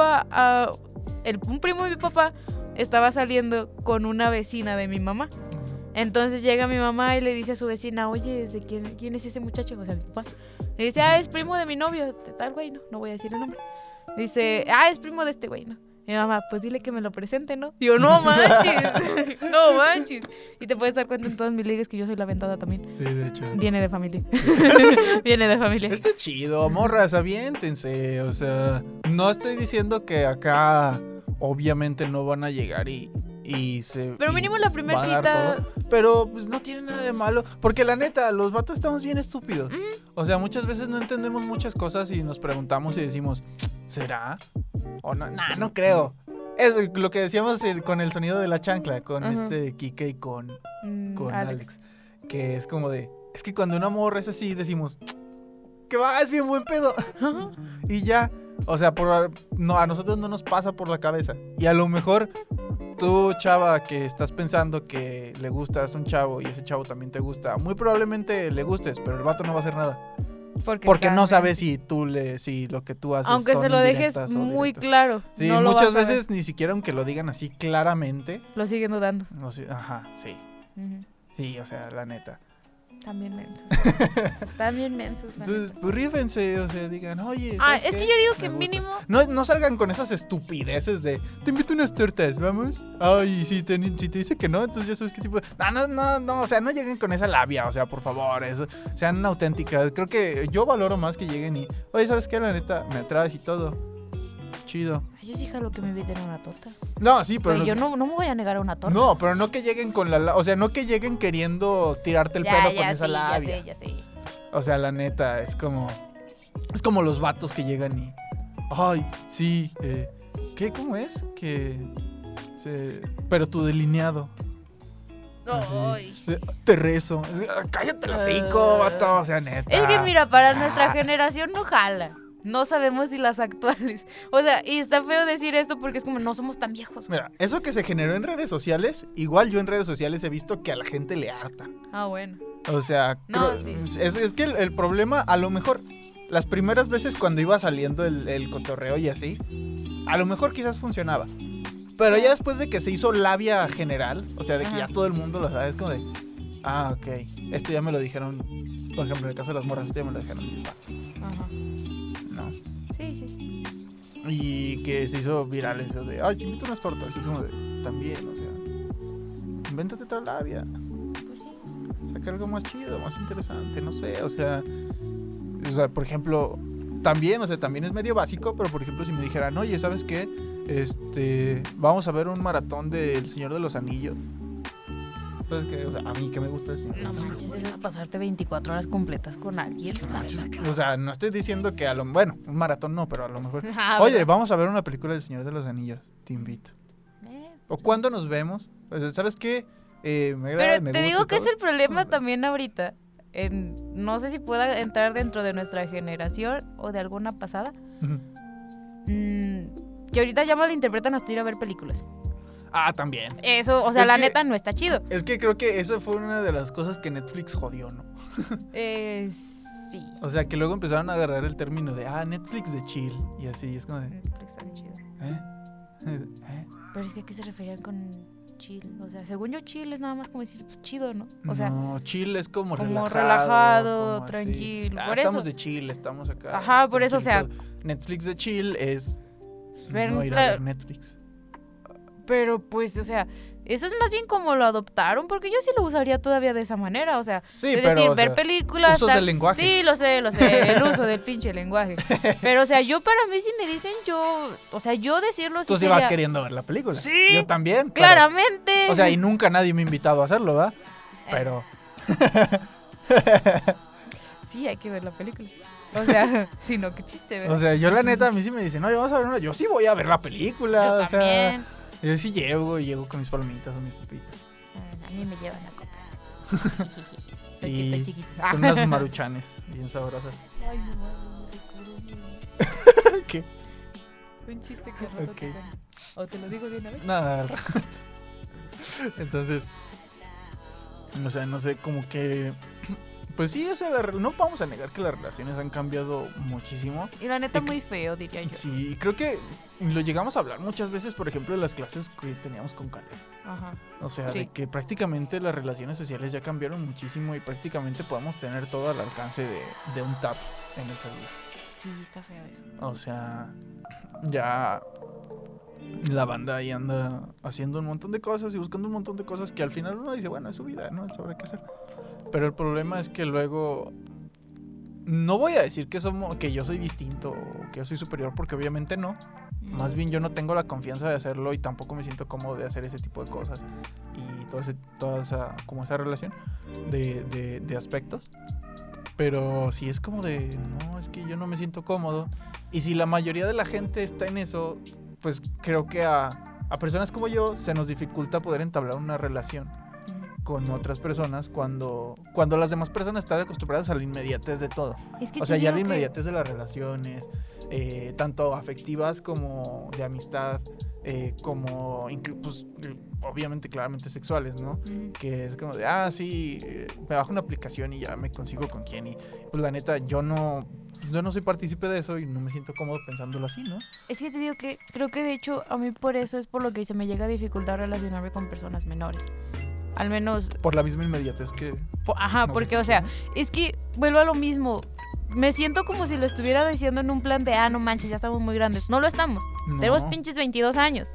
un primo de mi papá estaba saliendo con una vecina de mi mamá. Entonces llega mi mamá y le dice a su vecina, oye, ¿de quién es ese muchacho? O sea, mi papá. Le dice, es primo de mi novio, de tal güey, no voy a decir el nombre. Dice, es primo de este güey, ¿no? Mi mamá, pues dile que me lo presente, ¿no? Digo, no manches, no manches. Y te puedes dar cuenta en todas mis ligas que yo soy la aventada también. Sí, de hecho. Viene de familia. Viene de familia. Está chido, morras, aviéntense. O sea, no estoy diciendo que acá obviamente no van a llegar y se... Pero mínimo la primera cita... Todo, pero pues no tiene nada de malo. Porque la neta, los vatos estamos bien estúpidos. O sea, muchas veces no entendemos muchas cosas y nos preguntamos y decimos, ¿será? O no, no creo. Es lo que decíamos con el sonido de la chancla, con Kike y con Alex. Que es como de... Es que cuando una morra es así, decimos, que va, es bien buen pedo. Y ya. O sea, a nosotros no nos pasa por la cabeza. Y a lo mejor tú, chava, que estás pensando que le gustas a un chavo y ese chavo también te gusta, muy probablemente le gustes, pero el vato no va a hacer nada. Porque no sabe si lo que tú haces aunque son se lo dejes indirectas o muy directas. claro. Sí, no muchas veces ni siquiera aunque lo digan así claramente. Lo siguen dudando. No sé, sí. Sí, o sea, la neta. También mensos. Entonces, pues rífense, o sea, digan, oye, es que yo digo que mínimo... No salgan con esas estupideces de, te invito unas tortas, ¿vamos? Ay, si te dice que no, entonces ya sabes qué tipo... No, o sea, no lleguen con esa labia, o sea, por favor, sean auténticas. Creo que yo valoro más que lleguen y, oye, ¿sabes qué? La neta, me atraes y todo. Chido. Yo sí jalo que mi vida era una torta. No, sí, pero... yo no me voy a negar a una torta. No, pero no que lleguen con la... O sea, no que lleguen queriendo tirarte el pedo con esa labia. Ya sé. O sea, la neta, es como... Es como los vatos que llegan y... Ay, sí, ¿qué? ¿Cómo es? Pero tu delineado. Ay. Te rezo. Cállate el hocico, vato. O sea, neta. Es que mira, para nuestra generación no jala. No sabemos si las actuales. O sea, y está feo decir esto porque es como no somos tan viejos. Mira, eso que se generó en redes sociales, igual yo en redes sociales he visto que a la gente le harta. Ah, bueno. O sea, sí. es que el problema, a lo mejor, las primeras veces cuando iba saliendo el cotorreo y así, a lo mejor quizás funcionaba. Pero ya después de que se hizo labia general, o sea, de que ya todo el mundo lo sabe, es como de... Ah, ok. Esto ya me lo dijeron, por ejemplo, en el caso de las morras, esto ya me lo dijeron 10 vatos. Ajá. ¿No? Sí. Y que se hizo viral eso de... Ay, te invito unas tortas. Y es como de... También, o sea... Invéntate otra labia. Pues sí. Saca algo más chido, más interesante, no sé, o sea, por ejemplo, también es medio básico, pero por ejemplo, si me dijeran, oye, ¿sabes qué? Vamos a ver un maratón del Señor de los Anillos. ¿Sabes qué? O sea, a mí que me gusta el Señor de los Anillos. No manches, eso es pasarte 24 horas completas con alguien. O sea, no estoy diciendo que bueno, un maratón no, pero a lo mejor. Oye, vamos a ver una película del Señor de los Anillos, te invito. ¿O cuándo nos vemos? O sea, ¿sabes qué? Me agrada, pero te digo que es el problema también ahorita. No sé si pueda entrar dentro de nuestra generación o de alguna pasada. Que ahorita ya malinterpretan hasta ir a ver películas. Ah, también. Eso, o sea, la neta no está chido. Es que creo que eso fue una de las cosas que Netflix jodió, ¿no? Sí. O sea, que luego empezaron a agarrar el término de, Netflix de chill. Y así, es como de... Netflix está chido. Pero es que ¿a qué se referían con chill? O sea, según yo, chill es nada más como decir, pues, chido, ¿no? O sea, no, chill es como relajado, como tranquilo. Por estamos eso. de chill, estamos acá. Ajá, por eso, o sea... Netflix de chill es ver, no ir a ver Netflix. Pero pues, o sea, eso es más bien como lo adoptaron, porque yo sí lo usaría todavía de esa manera, o sea, sí, es pero, decir, o ver sea, películas. Usos del lenguaje. Sí, lo sé, el uso del pinche lenguaje. Pero, o sea, para mí si me dicen yo decirlo Tú sí vas queriendo ver la película. Sí. Yo también. Claramente. Pero, o sea, y nunca nadie me ha invitado a hacerlo, ¿verdad? Pero... Sí, hay que ver la película. O sea, si no, qué chiste, ¿verdad? O sea, yo la neta, a mí sí me dicen, no, vamos a ver una. Yo sí voy a ver la película. Yo o también. sea, yo sí llego con mis palomitas o mis papitas. A mí me llevan la copa. Y con unas maruchanes bien sabrosas. Ay, no, ¿Qué? Un chiste que rato okay. ¿O te lo digo de una vez? Nada, al rato. Entonces, o sea, no sé, como que... Pues sí, o sea, no vamos a negar que las relaciones han cambiado muchísimo. Y la neta muy feo, diría yo. Sí, creo que lo llegamos a hablar muchas veces, por ejemplo, en las clases que teníamos con Caleb. Ajá. O sea, sí. de que prácticamente las relaciones sociales ya cambiaron muchísimo y prácticamente podemos tener todo al alcance de un tap en el celular. Sí, está feo eso. O sea, ya la banda ahí anda haciendo un montón de cosas y buscando un montón de cosas que al final uno dice, bueno, es su vida, ¿no? Él sabrá qué hacer. Pero el problema es que luego... No voy a decir que yo soy distinto o que yo soy superior, porque obviamente no. Más bien yo no tengo la confianza de hacerlo y tampoco me siento cómodo de hacer ese tipo de cosas y toda esa relación de aspectos. Pero si es como de, no, es que yo no me siento cómodo. Y si la mayoría de la gente está en eso, pues creo que a personas como yo se nos dificulta poder entablar una relación con otras personas cuando las demás personas están acostumbradas a la inmediatez de todo. Es que o sea, ya la inmediatez de las relaciones, tanto afectivas como de amistad, como pues, obviamente claramente sexuales, ¿no? Que es como de, sí, me bajo una aplicación y ya me consigo con quién. Y pues la neta, yo no soy partícipe de eso y no me siento cómodo pensándolo así, ¿no? Es que te digo que creo que de hecho a mí por eso es por lo que se me llega a dificultar relacionarme con personas menores. Al menos... Por la misma inmediatez que... Ajá, no porque, o sea, es que vuelvo a lo mismo. Me siento como si lo estuviera diciendo en un plan de, no manches, ya estamos muy grandes. No lo estamos. No. Tenemos pinches 22 años.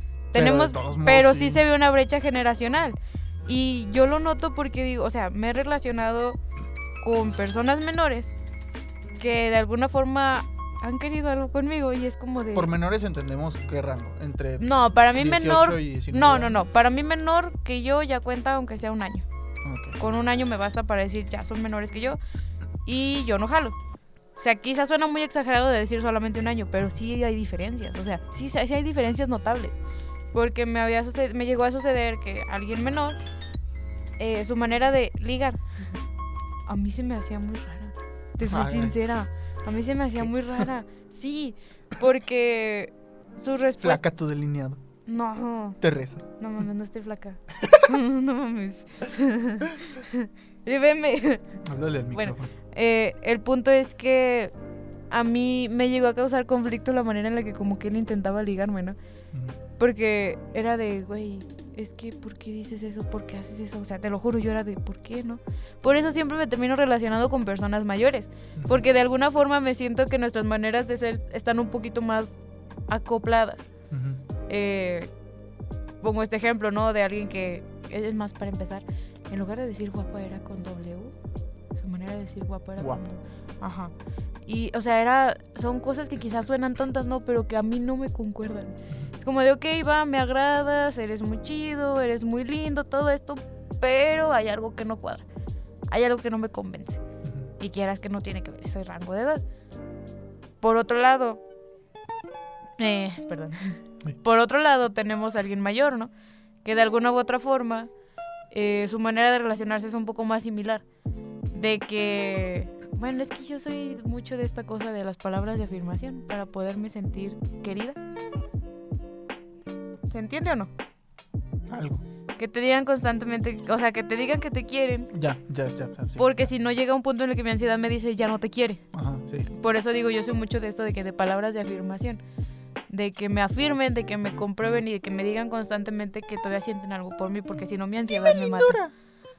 Pero sí se ve una brecha generacional. Y yo lo noto porque digo, o sea, me he relacionado con personas menores que de alguna forma han querido algo conmigo y es como de... Por menores entendemos qué rango, entre No, para mí 18 menor... y 19. No, para mí menor que yo ya cuenta aunque sea un año. Okay. Con un año me basta para decir ya son menores que yo y yo no jalo. O sea, quizás suena muy exagerado de decir solamente un año, pero sí hay diferencias. O sea, sí hay diferencias notables. Porque me llegó a suceder que alguien menor, su manera de ligar, a mí se me hacía muy rara. Te soy sincera. A mí se me hacía muy rara. Sí, porque su respuesta... Flaca tu delineado. No. Te rezo. No mames, no estoy flaca. No mames. Y veme. Háblale al micrófono. Bueno, el punto es que a mí me llegó a causar conflicto la manera en la que como que él intentaba ligarme, ¿no? Porque era de, güey, es que ¿por qué dices eso? ¿Por qué haces eso? O sea, te lo juro, yo era de, ¿por qué no? Por eso siempre me termino relacionando con personas mayores. Porque de alguna forma me siento que nuestras maneras de ser están un poquito más acopladas. Pongo este ejemplo, ¿no? De alguien que, es más, para empezar, en lugar de decir guapa era con W, su manera de decir guapa era guapa. con W. Ajá. Y, o sea, son cosas que quizás suenan tontas, ¿no? Pero que a mí no me concuerdan. Es como de, ok, va, me agradas, eres muy chido, eres muy lindo, todo esto, pero hay algo que no cuadra. Hay algo que no me convence. Y quieras que no tiene que ver ese rango de edad. Por otro lado, Por otro lado tenemos a alguien mayor, ¿no? Que de alguna u otra forma su manera de relacionarse es un poco más similar. De que, bueno, es que yo soy mucho de esta cosa de las palabras de afirmación para poderme sentir querida. ¿Se entiende o no? Algo. Que te digan constantemente, o sea, que te digan que te quieren. Ya. Sí. Porque si no llega un punto en el que mi ansiedad me dice ya no te quiere. Ajá, sí. Por eso digo, yo soy mucho de esto de palabras de afirmación. De que me afirmen, de que me comprueben y de que me digan constantemente que todavía sienten algo por mí, porque si no mi ansiedad me mata.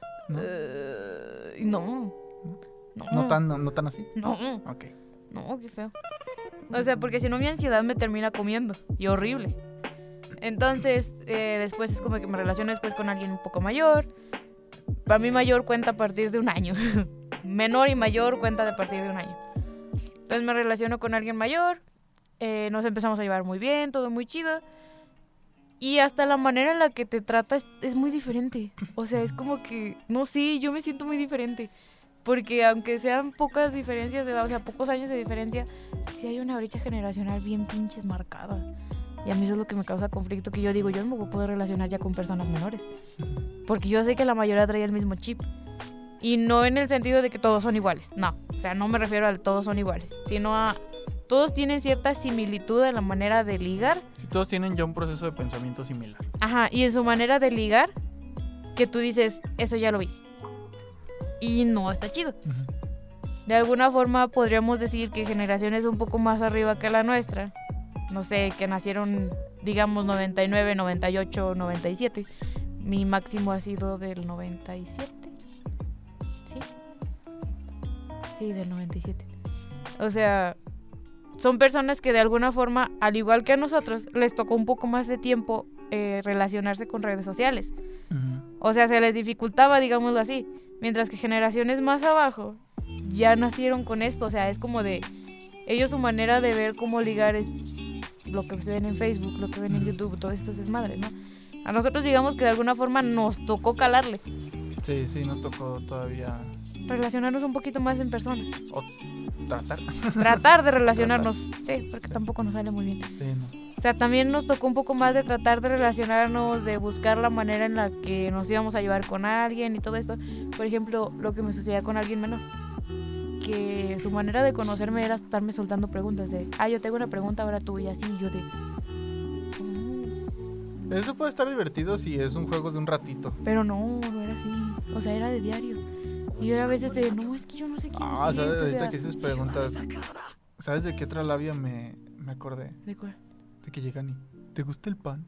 No. ¿No tan así? No. Ok. No, qué feo. O sea, porque si no mi ansiedad me termina comiendo. Y horrible. Entonces, después es como que me relaciono después con alguien un poco mayor. Para mí mayor cuenta a partir de un año. Menor y mayor cuenta a partir de un año. Entonces me relaciono con alguien mayor. Nos empezamos a llevar muy bien, todo muy chido. Y hasta la manera en la que te trata es muy diferente. O sea, es como que, no sé, yo me siento muy diferente. Porque aunque sean pocas diferencias de edad, o sea, pocos años de diferencia, sí hay una brecha generacional bien pinches marcada. Y a mí eso es lo que me causa conflicto, que yo digo, yo no me voy a poder relacionar ya con personas menores. Porque yo sé que la mayoría trae el mismo chip. Y no en el sentido de que todos son iguales. No, o sea, no me refiero a todos son iguales, sino a todos tienen cierta similitud en la manera de ligar. Sí, todos tienen ya un proceso de pensamiento similar. Ajá, y en su manera de ligar, que tú dices, eso ya lo vi. Y no está chido. De alguna forma podríamos decir que generaciones un poco más arriba que la nuestra, no sé, que nacieron, digamos, 99, 98, 97. Mi máximo ha sido del 97. ¿Sí? Sí, del 97. O sea, son personas que de alguna forma, al igual que a nosotros, les tocó un poco más de tiempo relacionarse con redes sociales. O sea, se les dificultaba, digámoslo así. Mientras que generaciones más abajo ya nacieron con esto. O sea, es como de... Ellos su manera de ver cómo ligar es lo que ven en Facebook, lo que ven en YouTube, todo esto es madre, ¿no? A nosotros digamos que de alguna forma nos tocó calarle. Sí, nos tocó todavía... Relacionarnos un poquito más en persona. O tratar. Tratar de relacionarnos. Sí, porque tampoco nos sale muy bien. Sí, no. O sea, también nos tocó un poco más de tratar de relacionarnos, de buscar la manera en la que nos íbamos a llevar con alguien y todo esto. Por ejemplo, lo que me sucedía con alguien menor. Que su manera de conocerme era estarme soltando preguntas de, yo tengo una pregunta, ahora tú, y así, yo de... Eso puede estar divertido si es un juego de un ratito. Pero no era así. O sea, era de diario. Y yo era a veces de, no, es que yo no sé quién es. ¿Sabes? Ahorita que dices preguntas, ¿sabes de qué otra labia me acordé? ¿De cuál? De que llegan y, ¿te gusta el pan?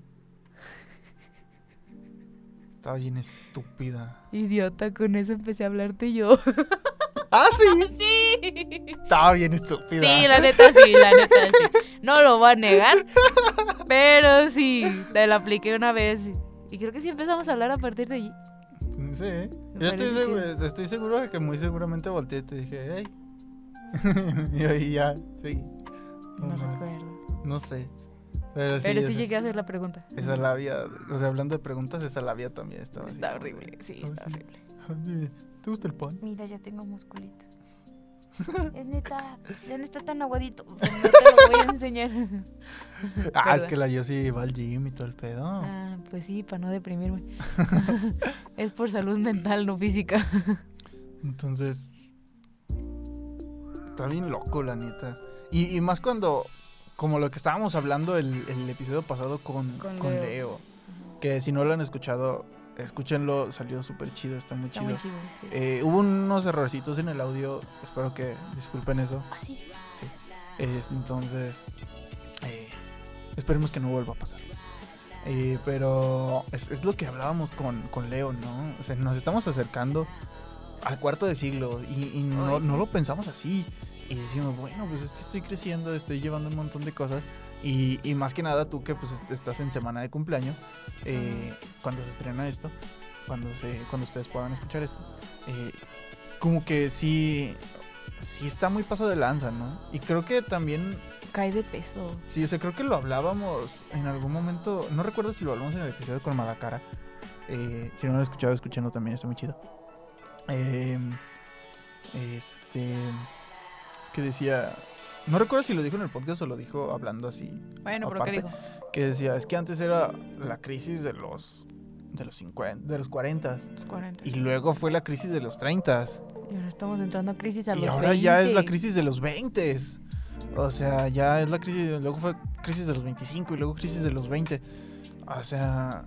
Estaba bien estúpida. Idiota, con eso empecé a hablarte yo. ¿Ah, sí? Sí. Estaba bien estúpida. Sí, la neta sí. No lo voy a negar, pero sí, te la apliqué una vez. Y creo que sí empezamos a hablar a partir de allí. Sí, yo estoy seguro de que muy seguramente volteé y te dije, hey. Y ahí ya, sí. No recuerdo. No sé. Pero sí llegué a hacer la pregunta. Esa labia, o sea, hablando de preguntas, esa labia también estaba así. Está horrible, sí, está horrible. ¿Te gusta el pan? Mira, ya tengo musculito. Es neta, ya no está tan aguadito. No te lo voy a enseñar. Es que la Yossi va al gym y todo el pedo. Pues sí, para no deprimirme. Es por salud mental, no física. Entonces, está bien loco, la neta. Y más cuando, como lo que estábamos hablando el episodio pasado con Leo. Que si no lo han escuchado, escúchenlo, salió súper chido, está muy chido. Sí. Hubo unos errorcitos en el audio, espero que disculpen eso. Sí. Entonces, esperemos que no vuelva a pasar. Pero es lo que hablábamos con Leo, ¿no? O sea, nos estamos acercando al cuarto de siglo y no lo pensamos así. Y decimos, bueno, pues es que estoy creciendo, estoy llevando un montón de cosas. Y más que nada tú que pues estás en semana de cumpleaños, cuando se estrena esto, cuando ustedes puedan escuchar esto, como que sí está muy paso de lanza, ¿no? Y creo que también cae de peso. Sí, o sea, creo que lo hablábamos en algún momento, no recuerdo si lo hablamos en el episodio con Malacara. Si no lo he escuchado, escúchenlo también, está muy chido. Que decía, no recuerdo si lo dijo en el podcast o lo dijo hablando así. Bueno, aparte, pero ¿qué dijo? Que decía, es que antes era la crisis de los 50, de los 40. Y luego fue la crisis de los 30. Y ahora estamos entrando a crisis a los 20. Y ahora ya es la crisis de los 20. O sea, ya es la crisis, luego fue crisis de los 25 y luego crisis de los 20. O sea,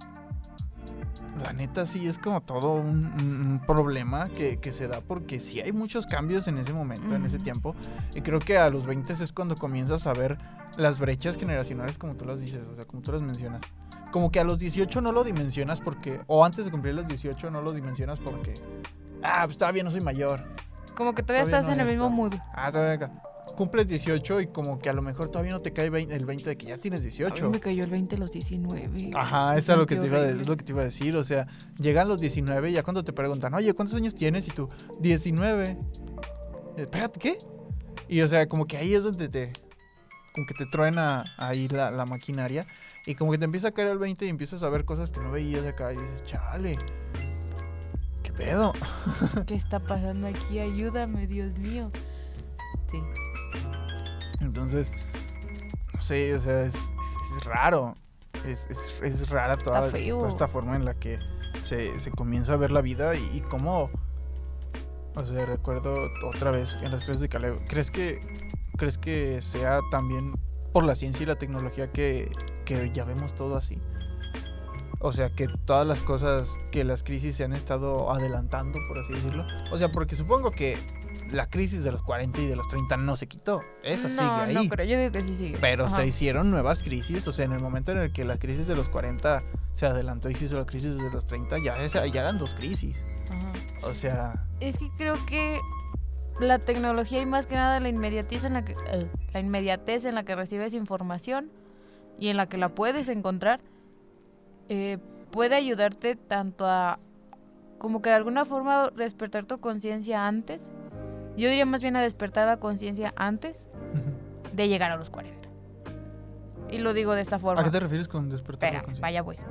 la neta sí es como todo un problema que se da porque sí hay muchos cambios en ese momento, en ese tiempo. Y creo que a los 20 es cuando comienzas a ver las brechas generacionales como tú las dices, o sea, como tú las mencionas. Como que a los 18 no lo dimensionas porque, o antes de cumplir los 18 no lo dimensionas porque, pues todavía no soy mayor. Como que todavía estás en el mismo mood. Todavía acá. Cumples 18 y como que a lo mejor todavía no te cae el 20 de que ya tienes 18. A mí me cayó el 20 a los 19. Ajá, eso es lo que te iba a decir. O sea, llegan los 19 y ya cuando te preguntan, oye, ¿cuántos años tienes? Y tú, 19. Espérate, ¿qué? Y o sea, como que ahí es donde como que te truena ahí la maquinaria. Y como que te empieza a caer el 20 y empiezas a ver cosas que no veías acá. Y dices, chale, ¿qué pedo? ¿Qué está pasando aquí? Ayúdame, Dios mío. Sí. Entonces, no sé, o sea, es raro. Es rara toda esta forma en la que se comienza a ver la vida y cómo, o sea, recuerdo otra vez en las clases de Caleb. ¿Crees que sea también por la ciencia y la tecnología que ya vemos todo así? O sea, que todas las cosas, que las crisis se han estado adelantando, por así decirlo. O sea, porque supongo que la crisis de los 40 y de los 30 no se quitó. Esa sigue ahí. No, pero yo digo que sí sigue. Pero se hicieron nuevas crisis. O sea, en el momento en el que la crisis de los 40 se adelantó y se hizo la crisis de los 30, ya eran dos crisis. Ajá. O sea... Es que creo que la tecnología y más que nada la inmediatez en la que recibes información y en la que la puedes encontrar, puede ayudarte tanto a como que de alguna forma despertar tu conciencia antes. Yo diría más bien a despertar la conciencia antes de llegar a los 40. Y lo digo de esta forma. ¿A qué te refieres con despertar la conciencia? Vaya voy.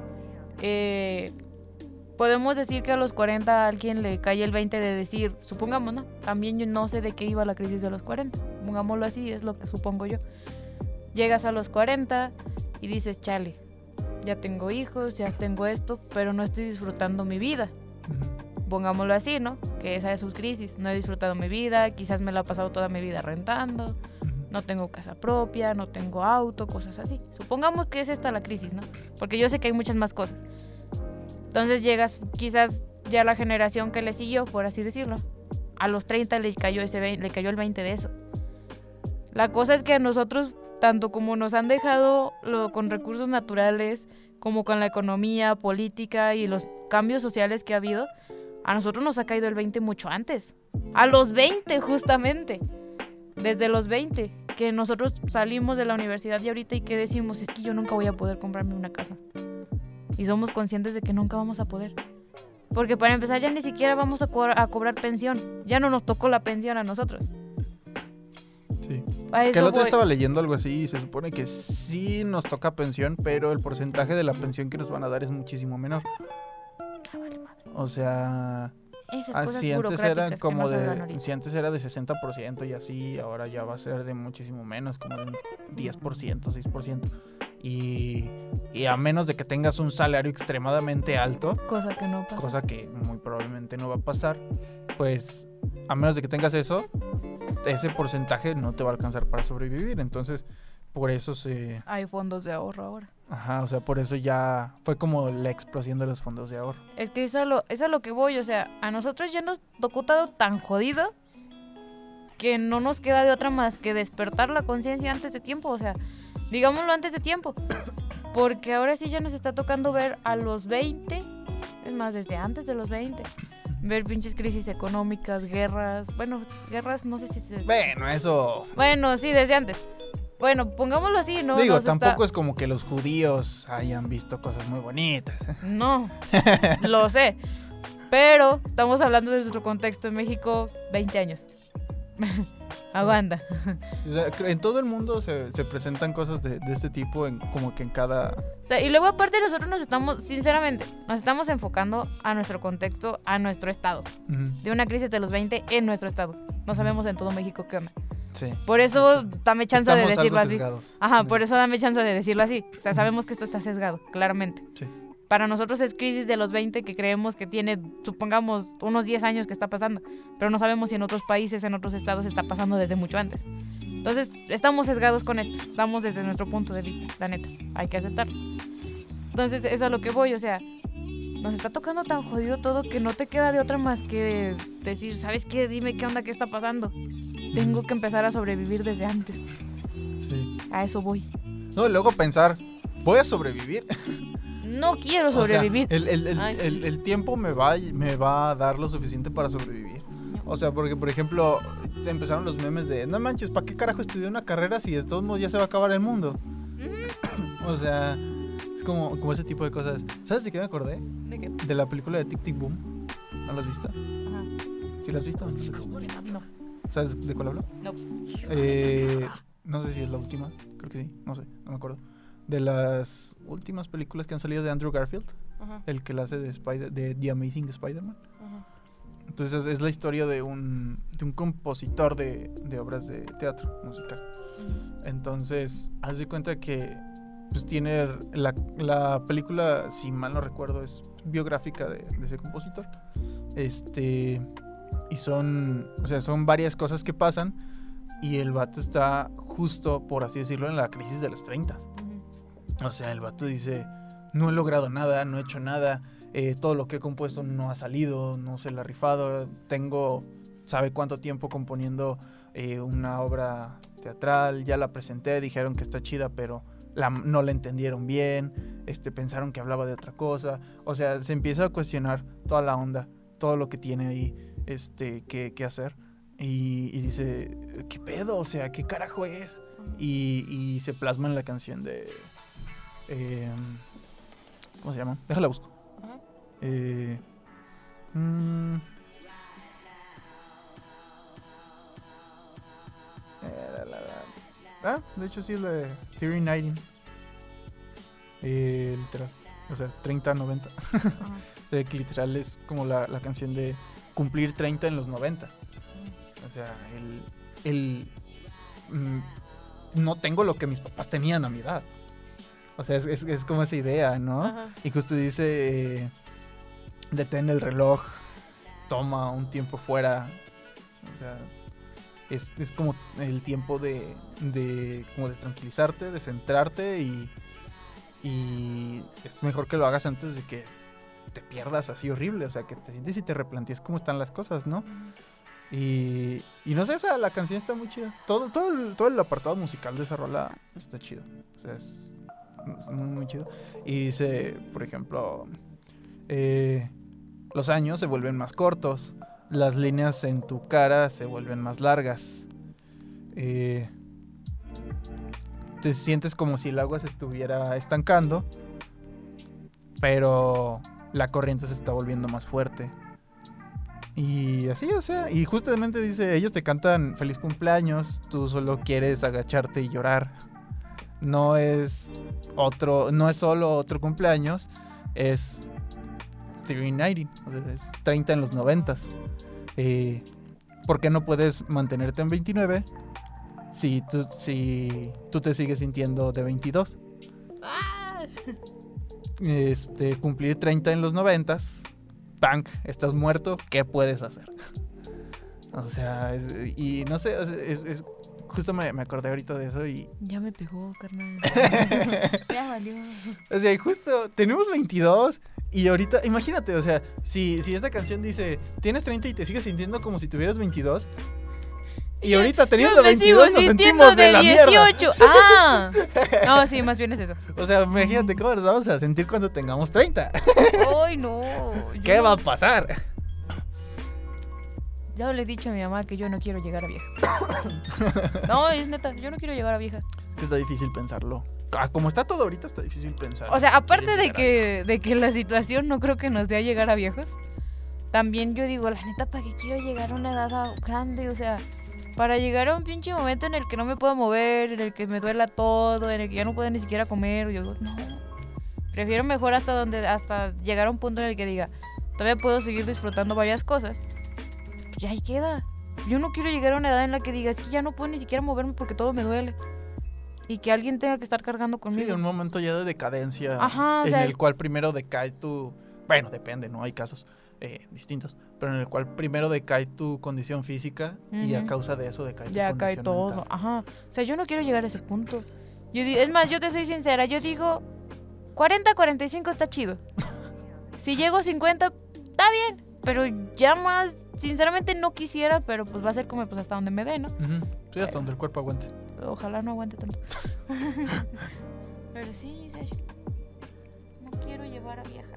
Podemos decir que a los 40 a alguien le cae el 20 de decir, supongamos, ¿no? También yo no sé de qué iba la crisis de los 40. Pongámoslo así, es lo que supongo yo. Llegas a los 40 y dices, chale, ya tengo hijos, ya tengo esto, pero no estoy disfrutando mi vida. Pongámoslo así, ¿no? Que esa es su crisis. No he disfrutado mi vida, quizás me la he pasado toda mi vida rentando, no tengo casa propia, no tengo auto, cosas así. Supongamos que es esta la crisis, ¿no? Porque yo sé que hay muchas más cosas. Entonces llegas, quizás ya la generación que le siguió, por así decirlo, a los 30 le cayó el 20 de eso. La cosa es que a nosotros, tanto como nos han dejado con recursos naturales, como con la economía, política y los cambios sociales que ha habido, a nosotros nos ha caído el 20 mucho antes. A los 20, justamente. Desde los 20, que nosotros salimos de la universidad y ahorita y que decimos, es que yo nunca voy a poder comprarme una casa. Y somos conscientes de que nunca vamos a poder. Porque para empezar ya ni siquiera vamos a cobrar pensión. Ya no nos tocó la pensión a nosotros. Sí. Que el otro estaba leyendo algo así y se supone que sí nos toca pensión, pero el porcentaje de la pensión que nos van a dar es muchísimo menor. O sea, si antes era como si antes era de 60% y así, ahora ya va a ser de muchísimo menos, como de 10%, 6%. Y a menos de que tengas un salario extremadamente alto, cosa que no pasa, cosa que muy probablemente no va a pasar, pues a menos de que tengas eso, ese porcentaje no te va a alcanzar para sobrevivir. Entonces, por eso hay fondos de ahorro ahora. Ajá, o sea, por eso ya fue como la explosión de los fondos de ahorro. Es que es a lo que voy, o sea, a nosotros ya nos tocó todo tan jodido que no nos queda de otra más que despertar la conciencia antes de tiempo, o sea, digámoslo antes de tiempo, porque ahora sí ya nos está tocando ver a los 20, es más, desde antes de los 20, ver pinches crisis económicas, guerras no sé si Bueno, sí, desde antes. Bueno, pongámoslo así, ¿no? Digo, tampoco es como que los judíos hayan visto cosas muy bonitas. No, lo sé, pero estamos hablando de nuestro contexto en México, 20 años. Aguanta. O sea, en todo el mundo se presentan cosas de este tipo, como que en cada... O sea, y luego aparte nosotros nos estamos enfocando a nuestro contexto, a nuestro estado. De una crisis de los 20 en nuestro estado. No sabemos en todo México qué onda. Sí. Por eso dame chance de decirlo así. Sesgados. Ajá, por eso dame chance de decirlo así. O sea, sabemos que esto está sesgado, claramente. Sí. Para nosotros es crisis de los 20 que creemos que tiene, supongamos, unos 10 años que está pasando. Pero no sabemos si en otros países, en otros estados está pasando desde mucho antes. Entonces, estamos sesgados con esto. Estamos desde nuestro punto de vista, la neta. Hay que aceptarlo. Entonces, es a lo que voy, o sea, nos está tocando tan jodido todo que no te queda de otra más que decir, ¿sabes qué? Dime qué onda, qué está pasando. Tengo que empezar a sobrevivir desde antes. Sí. A eso voy. No, luego pensar, ¿voy a sobrevivir? No quiero sobrevivir. O sea, el tiempo me va a dar lo suficiente para sobrevivir. O sea, porque, por ejemplo, empezaron los memes de, no manches, ¿para qué carajo estudié una carrera si de todos modos ya se va a acabar el mundo? O sea, es como ese tipo de cosas. ¿Sabes de qué me acordé? ¿De qué? De la película de Tic Tic Boom. ¿No la has visto? Ajá. ¿Sí la has visto? No. ¿Sabes de cuál hablo? No. No sé si es la última. Creo que sí. No sé, no me acuerdo. De las últimas películas que han salido de Andrew Garfield. Ajá. El que la hace de The Amazing Spider-Man. Ajá. Entonces es la historia de un compositor de obras de teatro musical. Entonces, haz de cuenta que pues tiene la película, si mal no recuerdo, es biográfica de ese compositor. Y son varias cosas que pasan y el vato está justo, por así decirlo, en la crisis de los 30. O sea, el vato dice, no he logrado nada, no he hecho nada, todo lo que he compuesto no ha salido, no se la ha rifado, tengo, ¿sabe cuánto tiempo componiendo una obra teatral? Ya la presenté, dijeron que está chida, pero no la entendieron bien, pensaron que hablaba de otra cosa. O sea, se empieza a cuestionar toda la onda, todo lo que tiene ahí que hacer. Y dice, ¿qué pedo? O sea, ¿qué carajo es? Y se plasma en la canción de... ¿cómo se llama? Déjala busco. De hecho sí es la de Theory 90. Literal. O sea, 30-90. O sea, que literal es como la canción de cumplir 30 en los 90. O sea, no tengo lo que mis papás tenían a mi edad. O sea, es como esa idea, ¿no? Ajá. Y justo dice, detén el reloj, toma un tiempo fuera. O sea, es como el tiempo de tranquilizarte, de centrarte y es mejor que lo hagas antes de que te pierdas así horrible. O sea, que te sientes y te replantees cómo están las cosas, ¿no? Y no sé, la canción está muy chida. Todo el apartado musical de esa rola está chido. O sea, es muy, muy chido. Y dice, por ejemplo, los años se vuelven más cortos, las líneas en tu cara se vuelven más largas, te sientes como si el agua se estuviera estancando, pero la corriente se está volviendo más fuerte. Y así, o sea, y justamente dice, ellos te cantan feliz cumpleaños, tú solo quieres agacharte y llorar. No es solo otro cumpleaños, es 390, o sea, es 30 en los 90s. ¿Por qué no puedes mantenerte en 29 si tú te sigues sintiendo de 22? Cumplir 30 en los 90s, punk, estás muerto, ¿qué puedes hacer? O sea, y no sé, es justo me acordé ahorita de eso y... Ya me pegó, carnal. Ya valió. O sea, y justo, tenemos 22 y ahorita, imagínate, o sea, si esta canción dice, tienes 30 y te sigues sintiendo como si tuvieras 22... Y ahorita teniendo 22 nos sentimos de la 18. Mierda. Ah, no, sí, más bien es eso. O sea, imagínate cómo nos vamos a sentir cuando tengamos 30. Ay, no. ¿Qué va a pasar? Ya le he dicho a mi mamá que yo no quiero llegar a vieja. No, es neta, yo no quiero llegar a vieja. Está difícil pensarlo. Como está todo ahorita, está difícil pensarlo. O sea, aparte de que la situación no creo que nos dé a llegar a viejos, también yo digo, la neta, ¿para qué quiero llegar a una edad grande? O sea... Para llegar a un pinche momento en el que no me puedo mover, en el que me duela todo, en el que ya no puedo ni siquiera comer. Yo digo, no. Prefiero mejor hasta llegar a un punto en el que diga, todavía puedo seguir disfrutando varias cosas. Pues ya ahí queda. Yo no quiero llegar a una edad en la que diga, es que ya no puedo ni siquiera moverme porque todo me duele. Y que alguien tenga que estar cargando conmigo. Sí, un momento ya de decadencia. Ajá, en el cual primero decae tu... Bueno, depende, ¿no? Hay casos distintos. Pero en el cual primero decae tu condición física y a causa de eso decae tu condición mental. Ya cae todo, ajá. O sea, yo no quiero llegar a ese punto. Es más, yo te soy sincera, yo digo 40, 45 está chido. Si llego a 50, está bien. Pero ya más, sinceramente no quisiera, pero pues va a ser como pues hasta donde me dé, ¿no? Sí, hasta donde el cuerpo aguante. Ojalá no aguante tanto. Pero sí, o sea, yo no quiero llevar a vieja.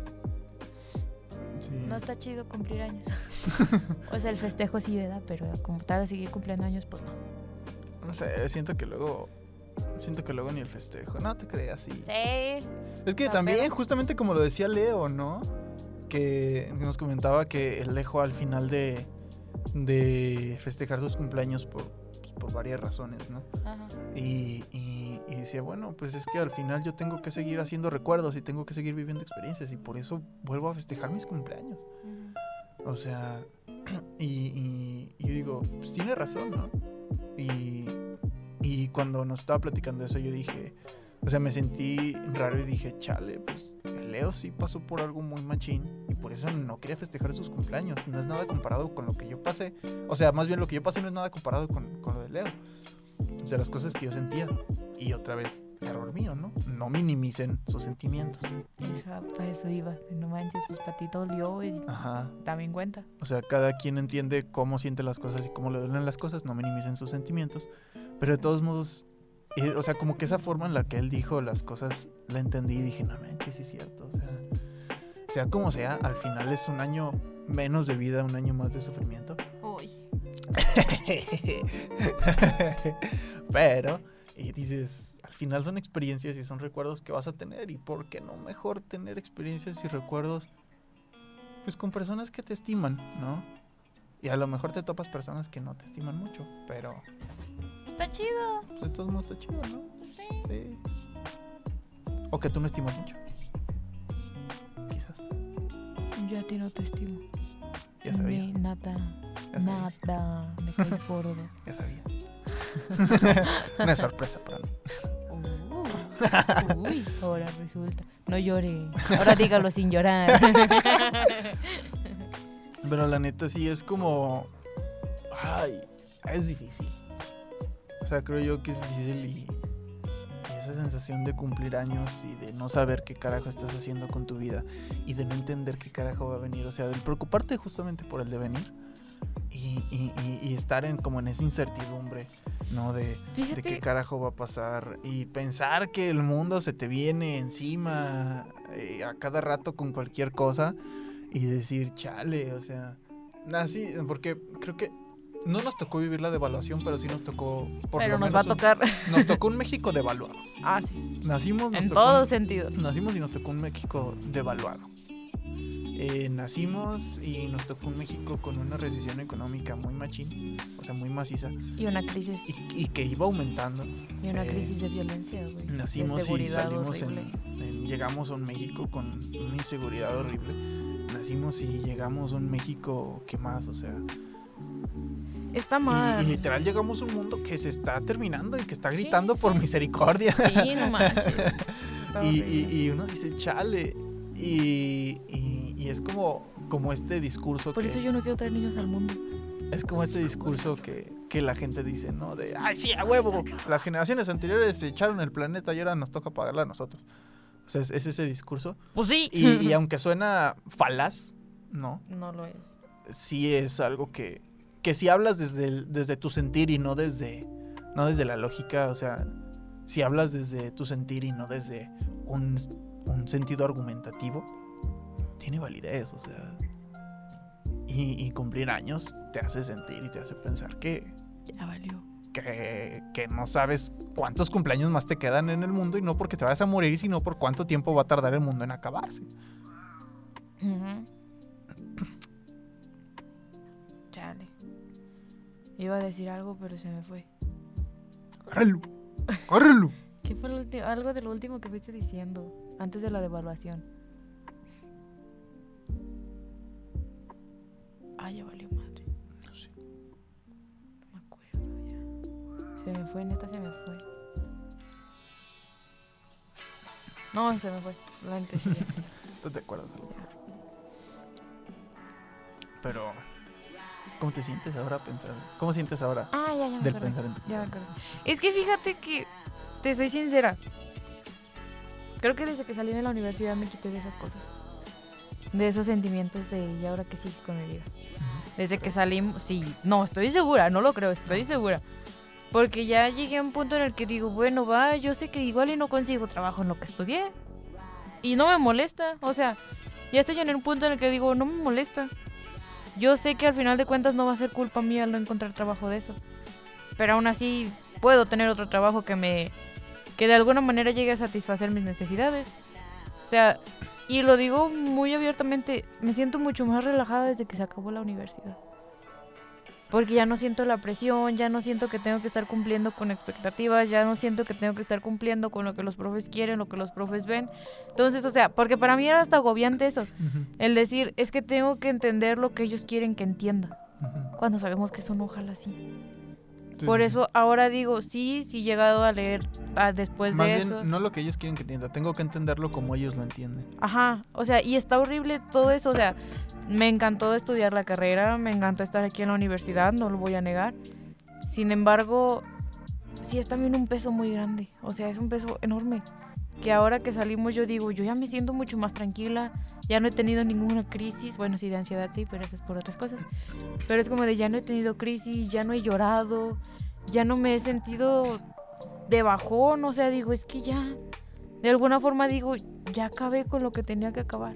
Sí. No está chido cumplir años. O sea, el festejo sí, ¿verdad? Pero como tal, seguir cumpliendo años, pues no. No sé, siento que luego ni el festejo. No te creas, sí. Sí. Es que también, justamente como lo decía Leo, ¿no? Que nos comentaba que él dejó al final de festejar sus cumpleaños por varias razones, ¿no? Ajá. Y decía, bueno, pues es que al final yo tengo que seguir haciendo recuerdos y tengo que seguir viviendo experiencias y por eso vuelvo a festejar mis cumpleaños. O sea, y yo digo, pues tiene razón, ¿no? Y cuando nos estaba platicando eso yo dije, o sea, me sentí raro y dije, chale, pues el Leo sí pasó por algo muy machín y por eso no quería festejar sus cumpleaños. No es nada comparado con lo que yo pasé. O sea, más bien lo que yo pasé no es nada comparado con lo de Leo. O sea, las cosas que yo sentía. Y otra vez, error mío, ¿no? No minimicen sus sentimientos. Para eso iba. No manches, pues para ti todo lió y dame en cuenta. O sea, cada quien entiende cómo siente las cosas y cómo le duelen las cosas. No minimicen sus sentimientos. Pero de todos modos... o sea, como que esa forma en la que él dijo las cosas la entendí y dije, no manches, sí es cierto. O sea como sea, al final es un año menos de vida, un año más de sufrimiento. Uy. Pero, y dices, al final son experiencias y son recuerdos que vas a tener. ¿Y por qué no mejor tener experiencias y recuerdos pues con personas que te estiman, ¿no? Y a lo mejor te topas personas que no te estiman mucho, pero... Está chido. Pues de todos modos está chido, ¿no? Sí. O que tú no estimas mucho. Quizás. Yo a ti no te estimo. Ya sabía. Nada. Me caes gordo. Ya sabía. Una sorpresa para mí. Uy, ahora resulta. No llore. Ahora dígalo sin llorar. Pero la neta sí es como... Ay, es difícil. O sea, creo yo que es difícil y esa sensación de cumplir años y de no saber qué carajo estás haciendo con tu vida y de no entender qué carajo va a venir, o sea, del preocuparte justamente por el devenir y estar como en esa incertidumbre, ¿no? De qué carajo va a pasar y pensar que el mundo se te viene encima a cada rato con cualquier cosa y decir, chale, o sea, así, porque creo que no nos tocó vivir la devaluación, pero sí nos tocó... Pero nos va a tocar. Nos tocó un México devaluado. Ah, sí. Nacimos... En todos sentidos. Nacimos y nos tocó un México devaluado. nacimos y nos tocó un México con una recesión económica muy machín, o sea, muy maciza. Y una crisis. Y que iba aumentando. Y una crisis de violencia, güey. Nacimos y salimos llegamos a un México con una inseguridad horrible. Nacimos y llegamos a un México, ¿qué más? O sea... Está mal. Y literal llegamos a un mundo que se está terminando y que está gritando por misericordia. Sí, no manches. y uno dice, chale. Y es como este discurso por eso yo no quiero traer niños al mundo. Es como este discurso que la gente dice, ¿no? De, ¡ay, sí, a huevo! Las generaciones anteriores echaron el planeta y ahora nos toca pagarla a nosotros. O sea, es ese discurso. Pues sí. Y aunque suena falaz, ¿no? No lo es. Sí es algo que si hablas desde tu sentir y no desde la lógica, o sea, si hablas desde tu sentir y no desde un sentido argumentativo, tiene validez, o sea, y cumplir años te hace sentir y te hace pensar que ya valió, que no sabes cuántos cumpleaños más te quedan en el mundo, y no porque te vayas a morir, sino por cuánto tiempo va a tardar el mundo en acabarse. Chale, iba a decir algo pero se me fue. ¡Agárralo! ¿Qué fue algo de lo último que fuiste diciendo antes de la devaluación? Ya valió madre. No sé. No me acuerdo ya. Se me fue, neta se me fue. No, se me fue. La empecé ya. ¿Tú te acuerdas? Pero, ¿cómo te sientes ahora pensar? ¿Cómo sientes ahora ya me del acuerdo. pensar en tu Ya me acuerdo. Es que fíjate que, te soy sincera, creo que desde que salí de la universidad me quité de esas cosas. De esos sentimientos de ¿y ahora qué sigue con mi vida? Desde que salimos, sí, no, estoy segura, no lo creo, estoy segura. Porque ya llegué a un punto en el que digo, bueno, yo sé que igual y no consigo trabajo en lo que estudié. Y no me molesta, o sea, ya estoy en un punto en el que digo, no me molesta. Yo sé que al final de cuentas no va a ser culpa mía no encontrar trabajo de eso. Pero aún así puedo tener otro trabajo que de alguna manera llegue a satisfacer mis necesidades. O sea, y lo digo muy abiertamente, me siento mucho más relajada desde que se acabó la universidad. Porque ya no siento la presión, ya no siento que tengo que estar cumpliendo con expectativas, ya no siento que tengo que estar cumpliendo con lo que los profes quieren, lo que los profes ven. Entonces, o sea, porque para mí era hasta agobiante eso, el decir, es que tengo que entender lo que ellos quieren que entienda, cuando sabemos que eso no ojalá así. Por eso ahora digo, sí he llegado a leer después más de bien, eso. No lo que ellos quieren que entienda, tengo que entenderlo como ellos lo entienden. Ajá, o sea, y está horrible todo eso, o sea, me encantó estudiar la carrera, me encantó estar aquí en la universidad, no lo voy a negar. Sin embargo, sí es también un peso muy grande, o sea, es un peso enorme. Que ahora que salimos yo digo, yo ya me siento mucho más tranquila, ya no he tenido ninguna crisis, bueno, sí de ansiedad sí, pero eso es por otras cosas. Pero es como de ya no he tenido crisis, ya no he llorado, ya no me he sentido de bajón, o sea, digo, es que ya, de alguna forma digo, ya acabé con lo que tenía que acabar.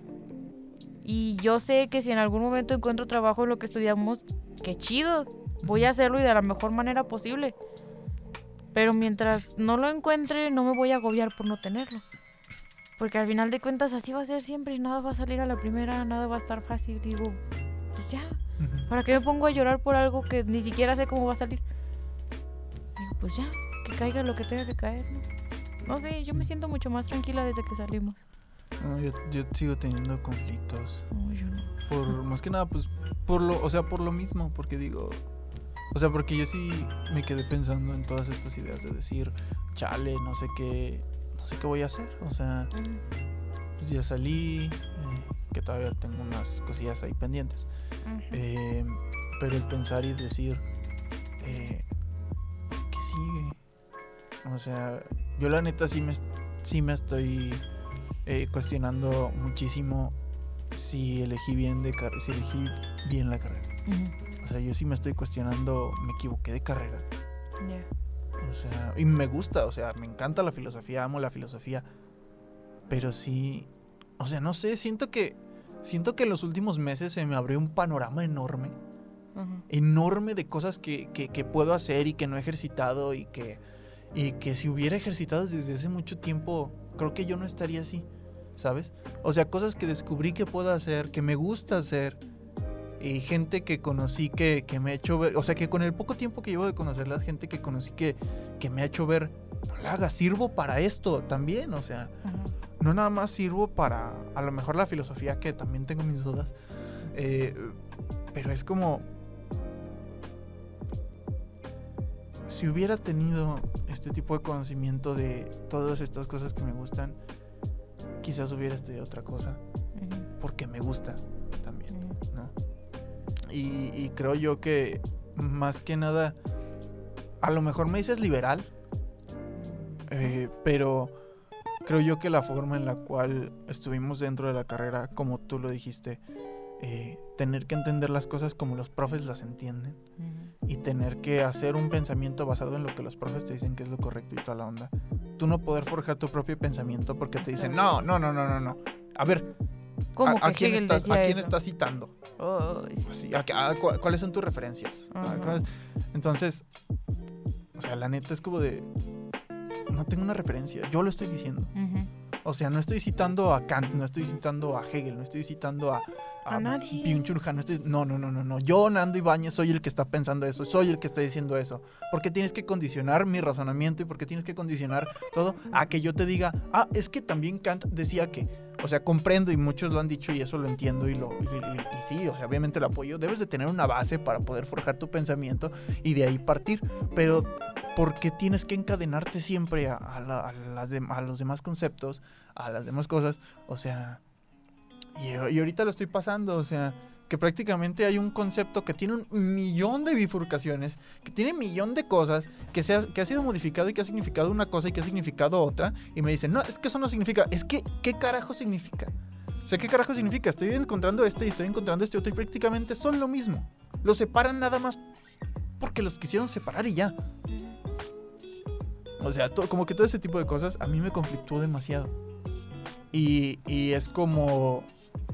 Y yo sé que si en algún momento encuentro trabajo en lo que estudiamos, qué chido, voy a hacerlo y de la mejor manera posible. Pero mientras no lo encuentre, no me voy a agobiar por no tenerlo. Porque al final de cuentas así va a ser siempre, nada va a salir a la primera, nada va a estar fácil. Digo, pues ya, ¿para qué me pongo a llorar por algo que ni siquiera sé cómo va a salir? Digo, pues ya, que caiga lo que tenga que caer, ¿no? No sé, yo me siento mucho más tranquila desde que salimos. No, yo sigo teniendo conflictos. No, yo no. Por más que nada, pues, por lo mismo, porque digo, o sea, porque yo sí me quedé pensando en todas estas ideas de decir, chale, no sé qué voy a hacer, o sea, pues ya salí, que todavía tengo unas cosillas ahí pendientes, pero el pensar y decir, ¿qué sigue? O sea, yo la neta sí me estoy cuestionando muchísimo si elegí bien la carrera. O sea, yo sí me estoy cuestionando, me equivoqué de carrera. Yeah. O sea, y me gusta, o sea, me encanta la filosofía, amo la filosofía. Pero sí, o sea, no sé, siento que en los últimos meses se me abrió un panorama enorme. Enorme de cosas que puedo hacer y que no he ejercitado y que si hubiera ejercitado desde hace mucho tiempo, creo que yo no estaría así. ¿sabes? O sea, cosas que descubrí que puedo hacer, que me gusta hacer, y gente que conocí que me ha hecho ver, o sea, que con el poco tiempo que llevo de conocerla, gente que conocí que me ha hecho ver, no la hagas, sirvo para esto también, o sea, no nada más sirvo para, a lo mejor la filosofía, que también tengo mis dudas, pero es como, si hubiera tenido este tipo de conocimiento de todas estas cosas que me gustan, quizás hubiera estudiado otra cosa, porque me gusta también, ¿no? Y creo yo que más que nada, a lo mejor me dices liberal, pero creo yo que la forma en la cual estuvimos dentro de la carrera, como tú lo dijiste, tener que entender las cosas como los profes las entienden, y tener que hacer un pensamiento basado en lo que los profes te dicen que es lo correcto y toda la onda. Tú no poder forjar tu propio pensamiento porque te dicen, no. A ver, ¿a quién estás citando? Así, ¿cuáles son tus referencias? Entonces, o sea, la neta es como de, no tengo una referencia, yo lo estoy diciendo. O sea, no estoy citando a Kant, no estoy citando a Hegel, no estoy citando a Byung-Chul Han, no. Yo, Nando Ibáñez, soy el que está pensando eso, soy el que está diciendo eso. ¿Por qué tienes que condicionar mi razonamiento y por qué tienes que condicionar todo a que yo te diga, es que también Kant decía que? O sea, comprendo y muchos lo han dicho y eso lo entiendo y sí, o sea, obviamente lo apoyo. Debes de tener una base para poder forjar tu pensamiento y de ahí partir, pero ¿por qué tienes que encadenarte siempre a los demás conceptos, a las demás cosas? O sea, y ahorita lo estoy pasando, o sea, que prácticamente hay un concepto que tiene 1,000,000 de bifurcaciones, que tiene 1,000,000 de cosas, que ha sido modificado y que ha significado una cosa y que ha significado otra, y me dicen, no, es que eso no significa, es que, ¿qué carajo significa? O sea, ¿qué carajo significa? Estoy encontrando y estoy encontrando este otro y prácticamente son lo mismo. Los separan nada más porque los quisieron separar y ya. O sea, como que todo ese tipo de cosas a mí me conflictúa demasiado. Y es como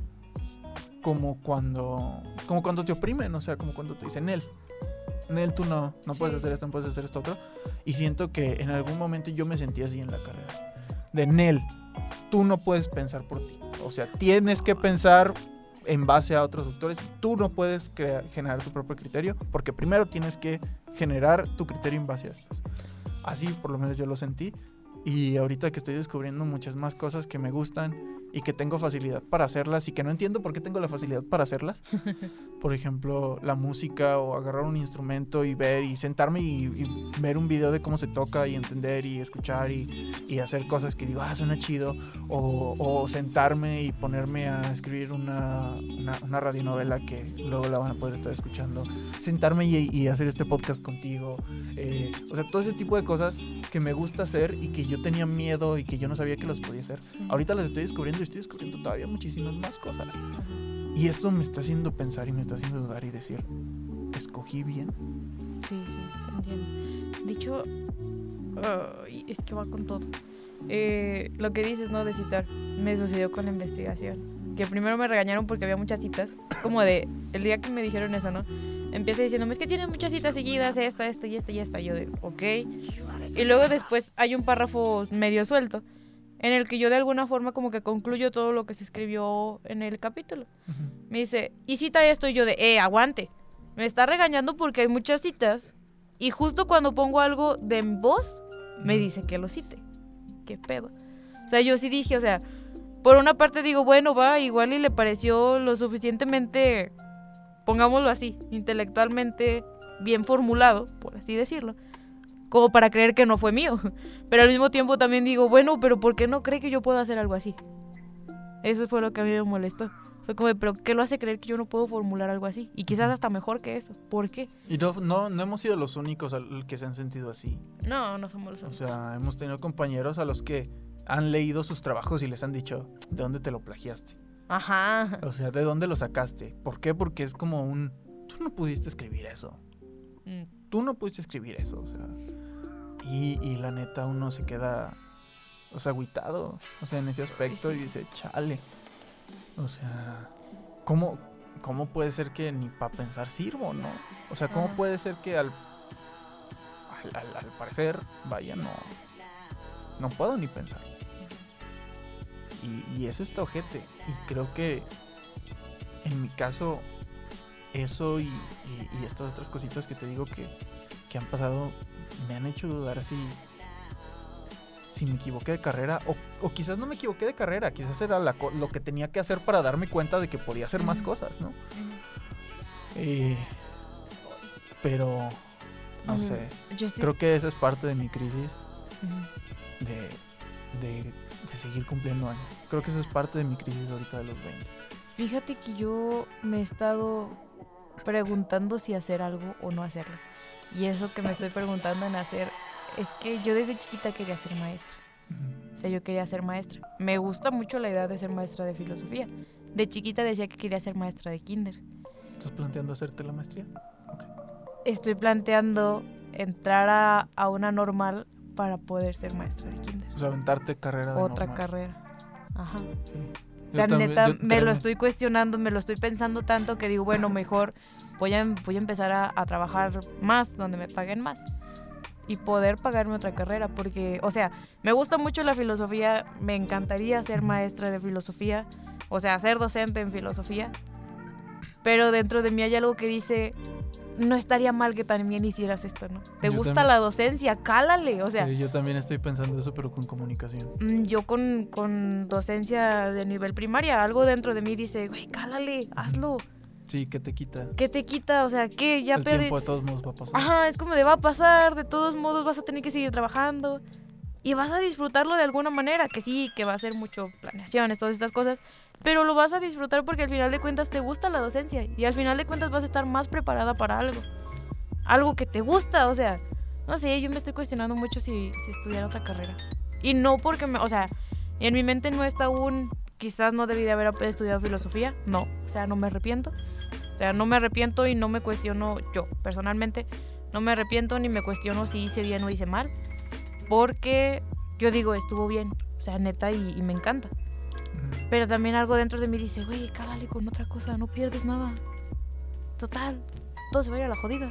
cuando te oprimen, o sea, como cuando te dicen, Nel, tú no puedes hacer esto, no puedes hacer esto otro. Y siento que en algún momento yo me sentí así en la carrera. De Nel, tú no puedes pensar por ti. O sea, tienes que pensar en base a otros autores. Tú no puedes generar tu propio criterio, porque primero tienes que generar tu criterio en base a estos. Así por lo menos yo lo sentí. Y ahorita que estoy descubriendo muchas más cosas que me gustan y que tengo facilidad para hacerlas y que no entiendo por qué tengo la facilidad para hacerlas. Por ejemplo, la música o agarrar un instrumento y ver y sentarme y ver un video de cómo se toca y entender y escuchar y hacer cosas que digo, suena chido. O sentarme y ponerme a escribir una radionovela que luego la van a poder estar escuchando. Sentarme y hacer este podcast contigo. O sea, todo ese tipo de cosas que me gusta hacer y que yo tenía miedo y que yo no sabía que los podía hacer. Ahorita las estoy descubriendo y estoy descubriendo todavía muchísimas más cosas. Y esto me está haciendo pensar y me está haciendo dudar y decir, ¿escogí bien? Sí, entiendo. Dicho, es que va con todo. Lo que dices, ¿no? De citar, me sucedió con la investigación. Que primero me regañaron porque había muchas citas. Como de, el día que me dijeron eso, ¿no? Empieza diciéndome, es que tienes muchas citas seguidas, esta y esta. Yo de, ok. Y luego después hay un párrafo medio suelto en el que yo de alguna forma como que concluyo todo lo que se escribió en el capítulo. Me dice, y cita esto, y yo de, aguante. Me está regañando porque hay muchas citas y justo cuando pongo algo de en voz, me dice que lo cite. ¿Qué pedo? O sea, yo sí dije, o sea, por una parte digo, bueno, va, igual y le pareció lo suficientemente, pongámoslo así, intelectualmente bien formulado, por así decirlo, como para creer que no fue mío. Pero al mismo tiempo también digo, bueno, pero ¿por qué no cree que yo puedo hacer algo así? Eso fue lo que a mí me molestó. Fue como, pero ¿qué lo hace creer que yo no puedo formular algo así? Y quizás hasta mejor que eso. ¿Por qué? Y no hemos sido los únicos que se han sentido así. No somos los únicos. O sea, hemos tenido compañeros a los que han leído sus trabajos y les han dicho, ¿de dónde te lo plagiaste? Ajá. O sea, ¿de dónde lo sacaste? ¿Por qué? Porque es como tú no pudiste escribir eso. Tú no pudiste escribir eso, o sea. Y la neta uno se queda, o sea, agüitado, o sea, en ese aspecto, y dice, chale. O sea, ¿cómo puede ser que ni para pensar sirvo, no? O sea, ¿cómo puede ser que al parecer, vaya, no puedo ni pensar? Y eso está ojete. Y creo que en mi caso, eso y estas otras cositas que te digo que han pasado me han hecho dudar si me equivoqué de carrera o quizás no me equivoqué de carrera, quizás era lo que tenía que hacer para darme cuenta de que podía hacer más cosas, ¿no? Pero no sé, creo que esa es parte de mi crisis de seguir cumpliendo años. Creo que eso es parte de mi crisis ahorita de los 20. Fíjate que yo me he estado preguntando si hacer algo o no hacerlo. Y eso que me estoy preguntando en hacer es que yo desde chiquita quería ser maestra. O sea, yo quería ser maestra. Me gusta mucho la idea de ser maestra de filosofía. De chiquita decía que quería ser maestra de kinder. ¿Estás planteando hacerte la maestría? Okay. Estoy planteando entrar a una normal para poder ser maestra de kinder. O sea, aventarte carrera de otra normal. Carrera. Ajá. Sí. O sea, neta, me lo estoy cuestionando, me lo estoy pensando tanto que digo, bueno, mejor voy a empezar a trabajar más, donde me paguen más. Y poder pagarme otra carrera, porque, o sea, me gusta mucho la filosofía, me encantaría ser maestra de filosofía, o sea, ser docente en filosofía, pero dentro de mí hay algo que dice, no estaría mal que también hicieras esto, ¿no? ¿Te gusta también la docencia? Cálale, o sea. Yo también estoy pensando eso, pero con comunicación. Yo con docencia de nivel primaria, algo dentro de mí dice, güey, cálale, hazlo. Sí, ¿qué te quita? ¿Qué te quita? O sea, ¿qué? Ya el tiempo de todos modos va a pasar. Ajá, es como de va a pasar, de todos modos vas a tener que seguir trabajando y vas a disfrutarlo de alguna manera, que sí, que va a ser mucho planeaciones, todas estas cosas, pero lo vas a disfrutar porque al final de cuentas te gusta la docencia y al final de cuentas vas a estar más preparada para algo que te gusta, o sea, no sé, yo me estoy cuestionando mucho si estudiar otra carrera. Y no porque o sea, en mi mente no está aún, quizás no debí de haber estudiado filosofía, no, o sea, no me arrepiento. O sea, no me arrepiento y no me cuestiono, yo personalmente, no me arrepiento ni me cuestiono si hice bien o hice mal, porque yo digo, estuvo bien, o sea, neta, y me encanta. Pero también algo dentro de mí dice, güey, cálale con otra cosa, no pierdes nada. Total, todo se va a ir a la jodida.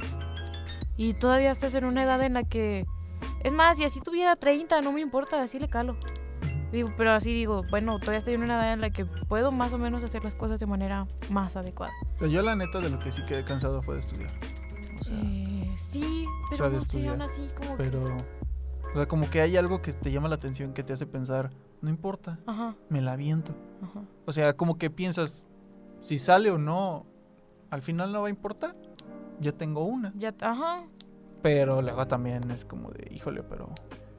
Y todavía estás en una edad en la que, es más, si así tuviera 30, no me importa, así le calo. Digo, pero así digo, bueno, todavía estoy en una edad en la que puedo más o menos hacer las cosas de manera más adecuada. Pero yo la neta de lo que sí quedé cansado fue de estudiar. O sea, sí, pero o sea, no sé, aún así como pero, o sea, como que hay algo que te llama la atención, que te hace pensar, no importa, me la aviento. Ajá. O sea, como que piensas, si sale o no, al final no va a importar. Ya tengo una. Ajá. Pero luego también es como de, híjole, pero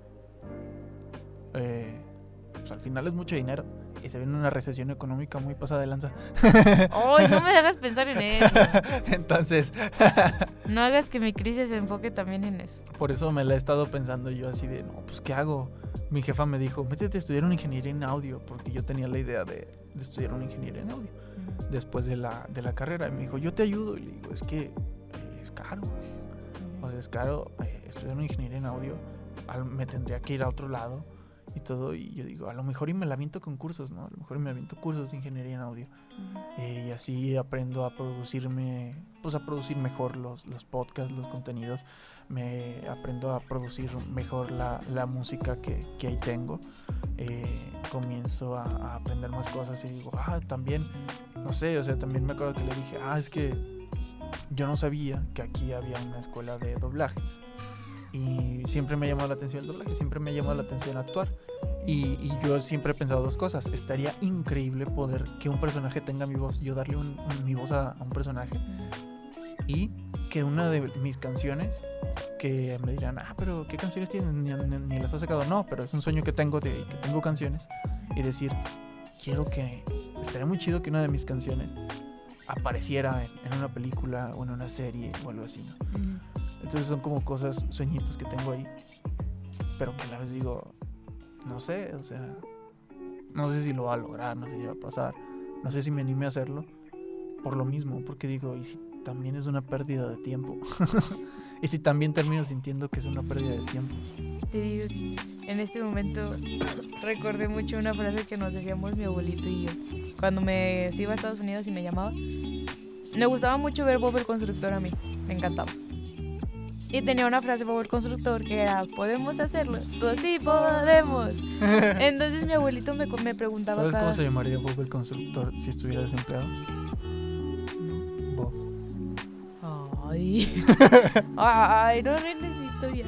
pues al final es mucho dinero y se viene una recesión económica muy pasada de lanza. ¡Ay, no me hagas pensar en eso! Entonces no hagas que mi crisis se enfoque también en eso. Por eso me la he estado pensando yo así de, no, pues ¿qué hago? Mi jefa me dijo, métete a estudiar una ingeniería en audio, porque yo tenía la idea de estudiar una ingeniería en audio después de la carrera. Y me dijo, yo te ayudo. Y le digo, es que es caro. O sea, es caro estudiar una ingeniería en audio. Me tendría que ir a otro lado y todo, y yo digo, a lo mejor y me la aviento con cursos, ¿no? A lo mejor y me aviento cursos de ingeniería en audio. Y así aprendo a producirme, pues a producir mejor los podcasts, los contenidos. Me aprendo a producir mejor la música que ahí tengo. Comienzo a aprender más cosas y digo, también, no sé, o sea, también me acuerdo que le dije, es que yo no sabía que aquí había una escuela de doblaje. Y siempre me ha llamado la atención el doblaje, siempre me ha llamado la atención actuar. Y yo siempre he pensado dos cosas. Estaría increíble poder que un personaje tenga mi voz, yo darle mi voz a un personaje. Y que una de mis canciones, que me dirán, pero ¿qué canciones tienes? Ni las has sacado. No, pero es un sueño que tengo que tengo canciones. Y decir, estaría muy chido que una de mis canciones apareciera en una película o en una serie o algo así, ¿no? Entonces son como cosas, sueñitos que tengo ahí, pero que a la vez digo, no sé, o sea, no sé si lo va a lograr, no sé si va a pasar, no sé si me anime a hacerlo, por lo mismo, porque digo, ¿y si también es una pérdida de tiempo? ¿Y si también termino sintiendo que es una pérdida de tiempo? Te digo que en este momento recordé mucho una frase que nos decíamos mi abuelito y yo, cuando se iba a Estados Unidos y me llamaba. Me gustaba mucho ver Bob el Constructor a mí, me encantaba. Y tenía una frase Bob el Constructor que era, podemos hacerlo, todos sí podemos. Entonces mi abuelito me preguntaba. ¿Sabes cómo se llamaría Bob el Constructor si estuviera desempleado? Bob. Ay, no arruines mi historia.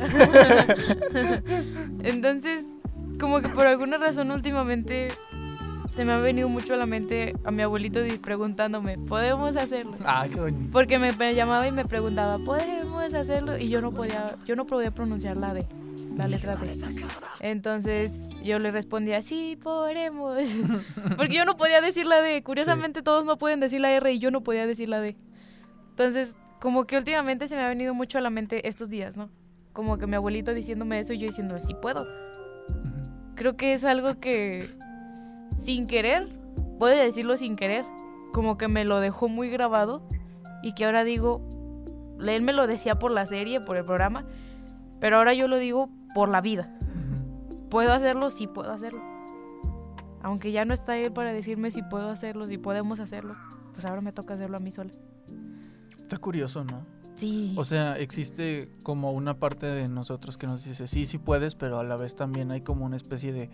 Entonces, como que por alguna razón últimamente se me ha venido mucho a la mente a mi abuelito preguntándome, ¿podemos hacerlo? Ah, qué bonito. Porque me llamaba y me preguntaba, ¿podemos hacerlo? Y yo no podía pronunciar la D, la letra D. Entonces yo le respondía, sí, podemos. Porque yo no podía decir la D. Curiosamente todos no pueden decir la R y yo no podía decir la D. Entonces, como que últimamente se me ha venido mucho a la mente estos días, ¿no? Como que mi abuelito diciéndome eso y yo diciendo, sí puedo. Creo que es algo que sin querer, puedo decirlo sin querer, como que me lo dejó muy grabado y que ahora digo, él me lo decía por la serie, por el programa, pero ahora yo lo digo por la vida. ¿Puedo hacerlo? Sí puedo hacerlo. Aunque ya no está él para decirme si puedo hacerlo, si podemos hacerlo, pues ahora me toca hacerlo a mí sola. Está curioso, ¿no? Sí. O sea, existe como una parte de nosotros que nos dice, sí puedes, pero a la vez también hay como una especie de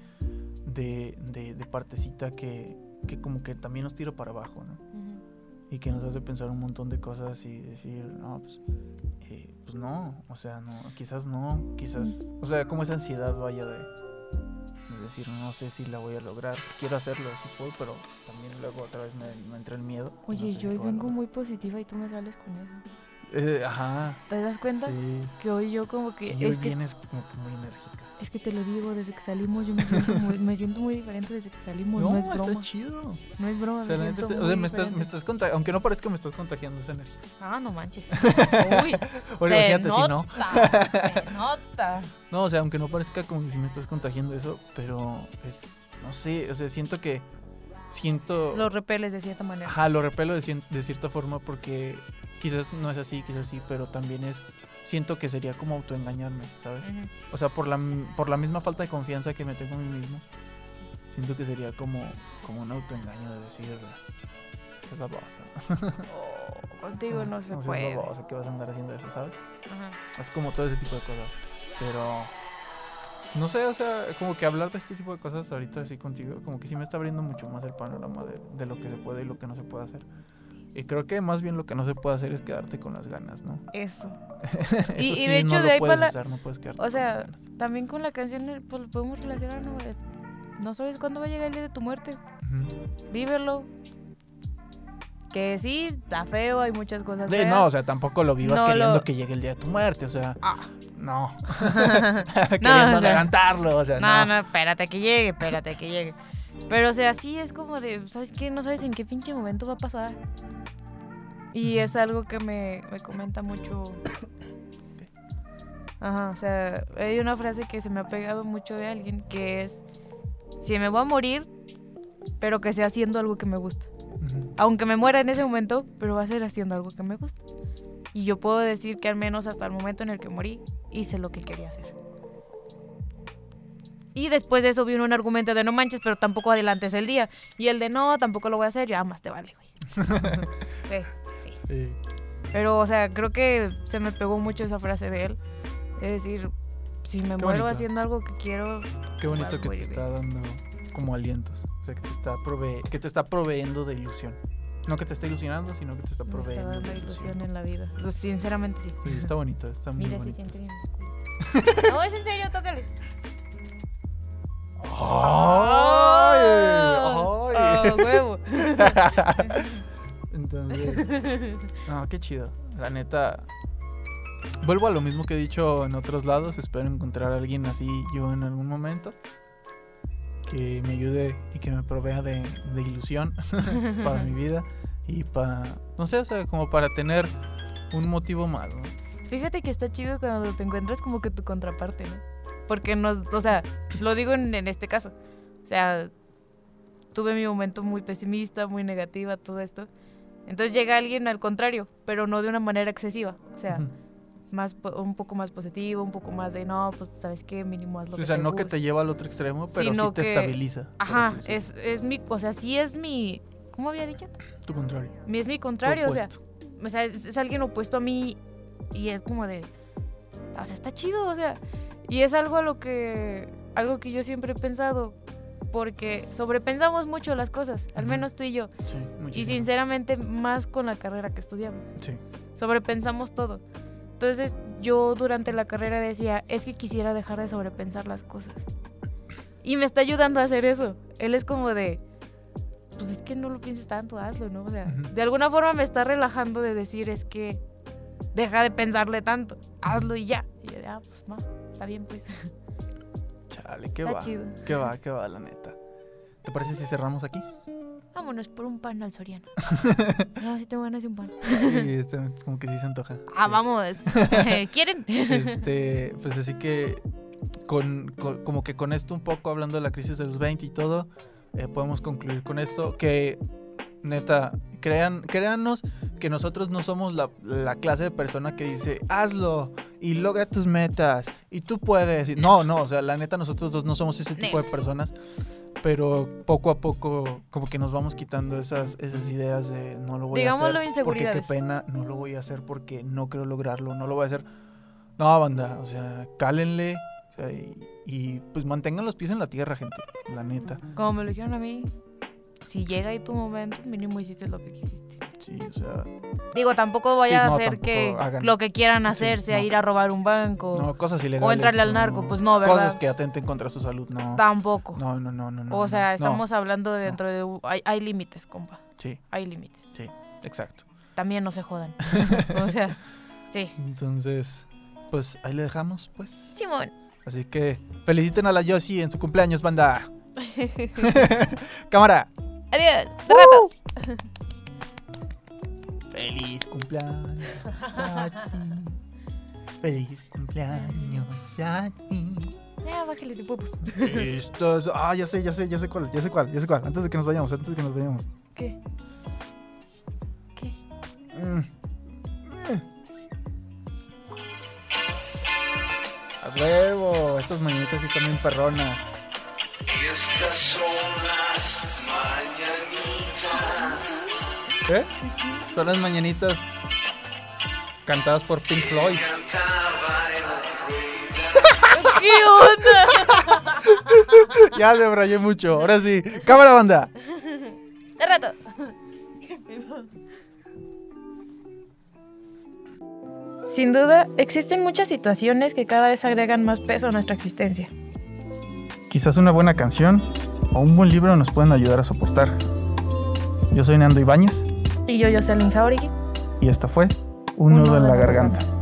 partecita que como que también nos tira para abajo, ¿no? Y que nos hace pensar un montón de cosas y decir, no, pues no, o sea, no, quizás, o sea, como esa ansiedad vaya de decir, no sé si la voy a lograr, quiero hacerlo, sí puedo, pero también luego otra vez me entra el miedo. Oye, no sé yo si hoy vengo muy positiva y tú me sales con eso. Ajá. ¿Te das cuenta? Sí. Que hoy yo como que... Sí, hoy vienes como que muy enérgica. Es que te lo digo, desde que salimos yo me siento muy diferente desde que salimos, no es broma. Está chido. No es broma, o sea, me estás contagiando, aunque no parezca me estás contagiando esa energía. Ah, no manches. Uy, imagínate si no. Se nota. No, o sea, aunque no parezca como que sí me estás contagiando eso, pero no sé, o sea, siento lo repeles de cierta manera. Ajá, lo repelo de cierta forma porque quizás no es así, quizás sí, pero también siento que sería como autoengañarme, ¿sabes? O sea, por la misma falta de confianza que me tengo a mí mismo, siento que sería como un autoengaño de decir, es babosa. Contigo no se puede. puede. Es babosa, ¿qué vas a andar haciendo eso, sabes? Ajá. Es como todo ese tipo de cosas, pero no sé, o sea, como que hablar de este tipo de cosas ahorita así contigo, como que sí me está abriendo mucho más el panorama de lo que se puede y lo que no se puede hacer. Y creo que más bien lo que no se puede hacer es quedarte con las ganas, ¿no? Eso. Y sí, de hecho no de ahí puedes hacer, no puedes quedarte o sea, con las ganas. También con la canción pues, lo podemos relacionar, ¿no? No sabes cuándo va a llegar el día de tu muerte. Vívelo. Que sí, está feo, hay muchas cosas feas. No, o sea, tampoco lo vivas queriendo que llegue el día de tu muerte, o sea, no. Queriendo levantarlo, o sea, no. No, espérate que llegue. Pero, o sea, sí es como de, ¿sabes qué? No sabes en qué pinche momento va a pasar. Y es algo que me comenta mucho. Ajá, o sea, hay una frase que se me ha pegado mucho de alguien que es, si me voy a morir, pero que sea haciendo algo que me gusta. Aunque me muera en ese momento, pero va a ser haciendo algo que me gusta. Y yo puedo decir que al menos hasta el momento en el que morí, hice lo que quería hacer. Y después de eso vino un argumento de no manches, pero tampoco adelantes el día. Y el de no, tampoco lo voy a hacer, ya más te vale, güey. Sí. Pero, o sea, creo que se me pegó mucho esa frase de él. Es decir, si me muero bonito. Haciendo algo que quiero... Qué bonito que te está dando como alientos. O sea, que te está proveyendo de ilusión. No que te está ilusionando, sino que te está proveyendo de ilusión en la vida. Sinceramente sí. Sí, está bonito, está muy bonito. Mira, se siente bien. No, es en serio, tócale. ¡Ay! ¡Huevo! Entonces, no, qué chido. La neta, vuelvo a lo mismo que he dicho en otros lados. Espero encontrar a alguien así yo en algún momento que me ayude y que me provea de ilusión para mi vida y no sé, o sea, como para tener un motivo más, ¿no? Fíjate que está chido cuando te encuentras como que tu contraparte, ¿no? Porque o sea, lo digo en este caso. O sea, tuve mi momento muy pesimista, muy negativa, todo esto. Entonces llega alguien al contrario, pero no de una manera excesiva. O sea, un poco más positivo, un poco más de no, pues sabes qué, mínimo haz lo que te gusta. O sea, no que te lleva al otro extremo, pero sí te estabiliza. Ajá, es mi, o sea, sí es mi, ¿cómo había dicho? Tu contrario. Es mi contrario, o sea, es alguien opuesto a mí y es como de, o sea, está chido, o sea, y es algo que yo siempre he pensado, porque sobrepensamos mucho las cosas, al menos tú y yo. Sí, muchísimo. Y sinceramente más con la carrera que estudiamos. Sí. Sobrepensamos todo. Entonces yo durante la carrera decía, es que quisiera dejar de sobrepensar las cosas. Y me está ayudando a hacer eso. Él es como de, pues es que no lo pienses tanto, hazlo, ¿no? O sea, de alguna forma me está relajando de decir, es que deja de pensarle tanto, hazlo y ya. Y yo, pues va, está bien pues. Chale, ¿qué está va? Chido. ¿Qué va, la neta? ¿Te parece si cerramos aquí? Vámonos por un pan al Soriano. No, si tengo ganas de un pan. Sí, es como que sí se antoja. Sí. Vamos. ¿Quieren? Pues así que como que con esto un poco, hablando de la crisis de los 20 y todo, podemos concluir con esto, que neta, créanos que nosotros no somos la clase de persona que dice, hazlo y logra tus metas y tú puedes. No, o sea, la neta nosotros dos no somos ese tipo de personas. Pero poco a poco como que nos vamos quitando esas ideas de no lo voy a hacer porque qué pena, no lo voy a hacer porque no creo lograrlo, no lo voy a hacer. No, banda, o sea, cálenle, o sea, y pues mantengan los pies en la tierra, gente, la neta. Como me lo dijeron a mí, si llega ahí tu momento, mínimo hiciste lo que quisiste. Sí, o sea... Digo, tampoco vaya a hacer que lo que quieran hacer sea ir a robar un banco. No, cosas ilegales. O entrarle al narco, pues no, ¿verdad? Cosas que atenten contra su salud, no. Tampoco. No. O sea, estamos hablando dentro de... Hay límites, compa. Sí. Hay límites. Sí, exacto. También no se jodan. O sea, sí. Entonces, pues ahí le dejamos, pues. Simón. Así que feliciten a la Yossi en su cumpleaños, banda. Cámara. Adiós. De rato. Feliz cumpleaños a ti. Feliz cumpleaños a ti. Ya, bájale de huevos. Estos. Ya sé cuál. Antes de que nos vayamos. ¿Qué? A huevo, estas mañanitas sí están bien perronas. Y estas son las mañanitas. ¿Qué? Son las mañanitas cantadas por Pink Floyd. ¿Qué onda? Ya se brayé mucho. Ahora sí. ¡Cámara, banda! De rato. ¿Qué pedo? Sin duda, existen muchas situaciones que cada vez agregan más peso a nuestra existencia. Quizás una buena canción o un buen libro nos pueden ayudar a soportar. Yo soy Nando Ibáñez. Y yo, Jocelyn Jauregui. Y esta fue Un nudo en la garganta.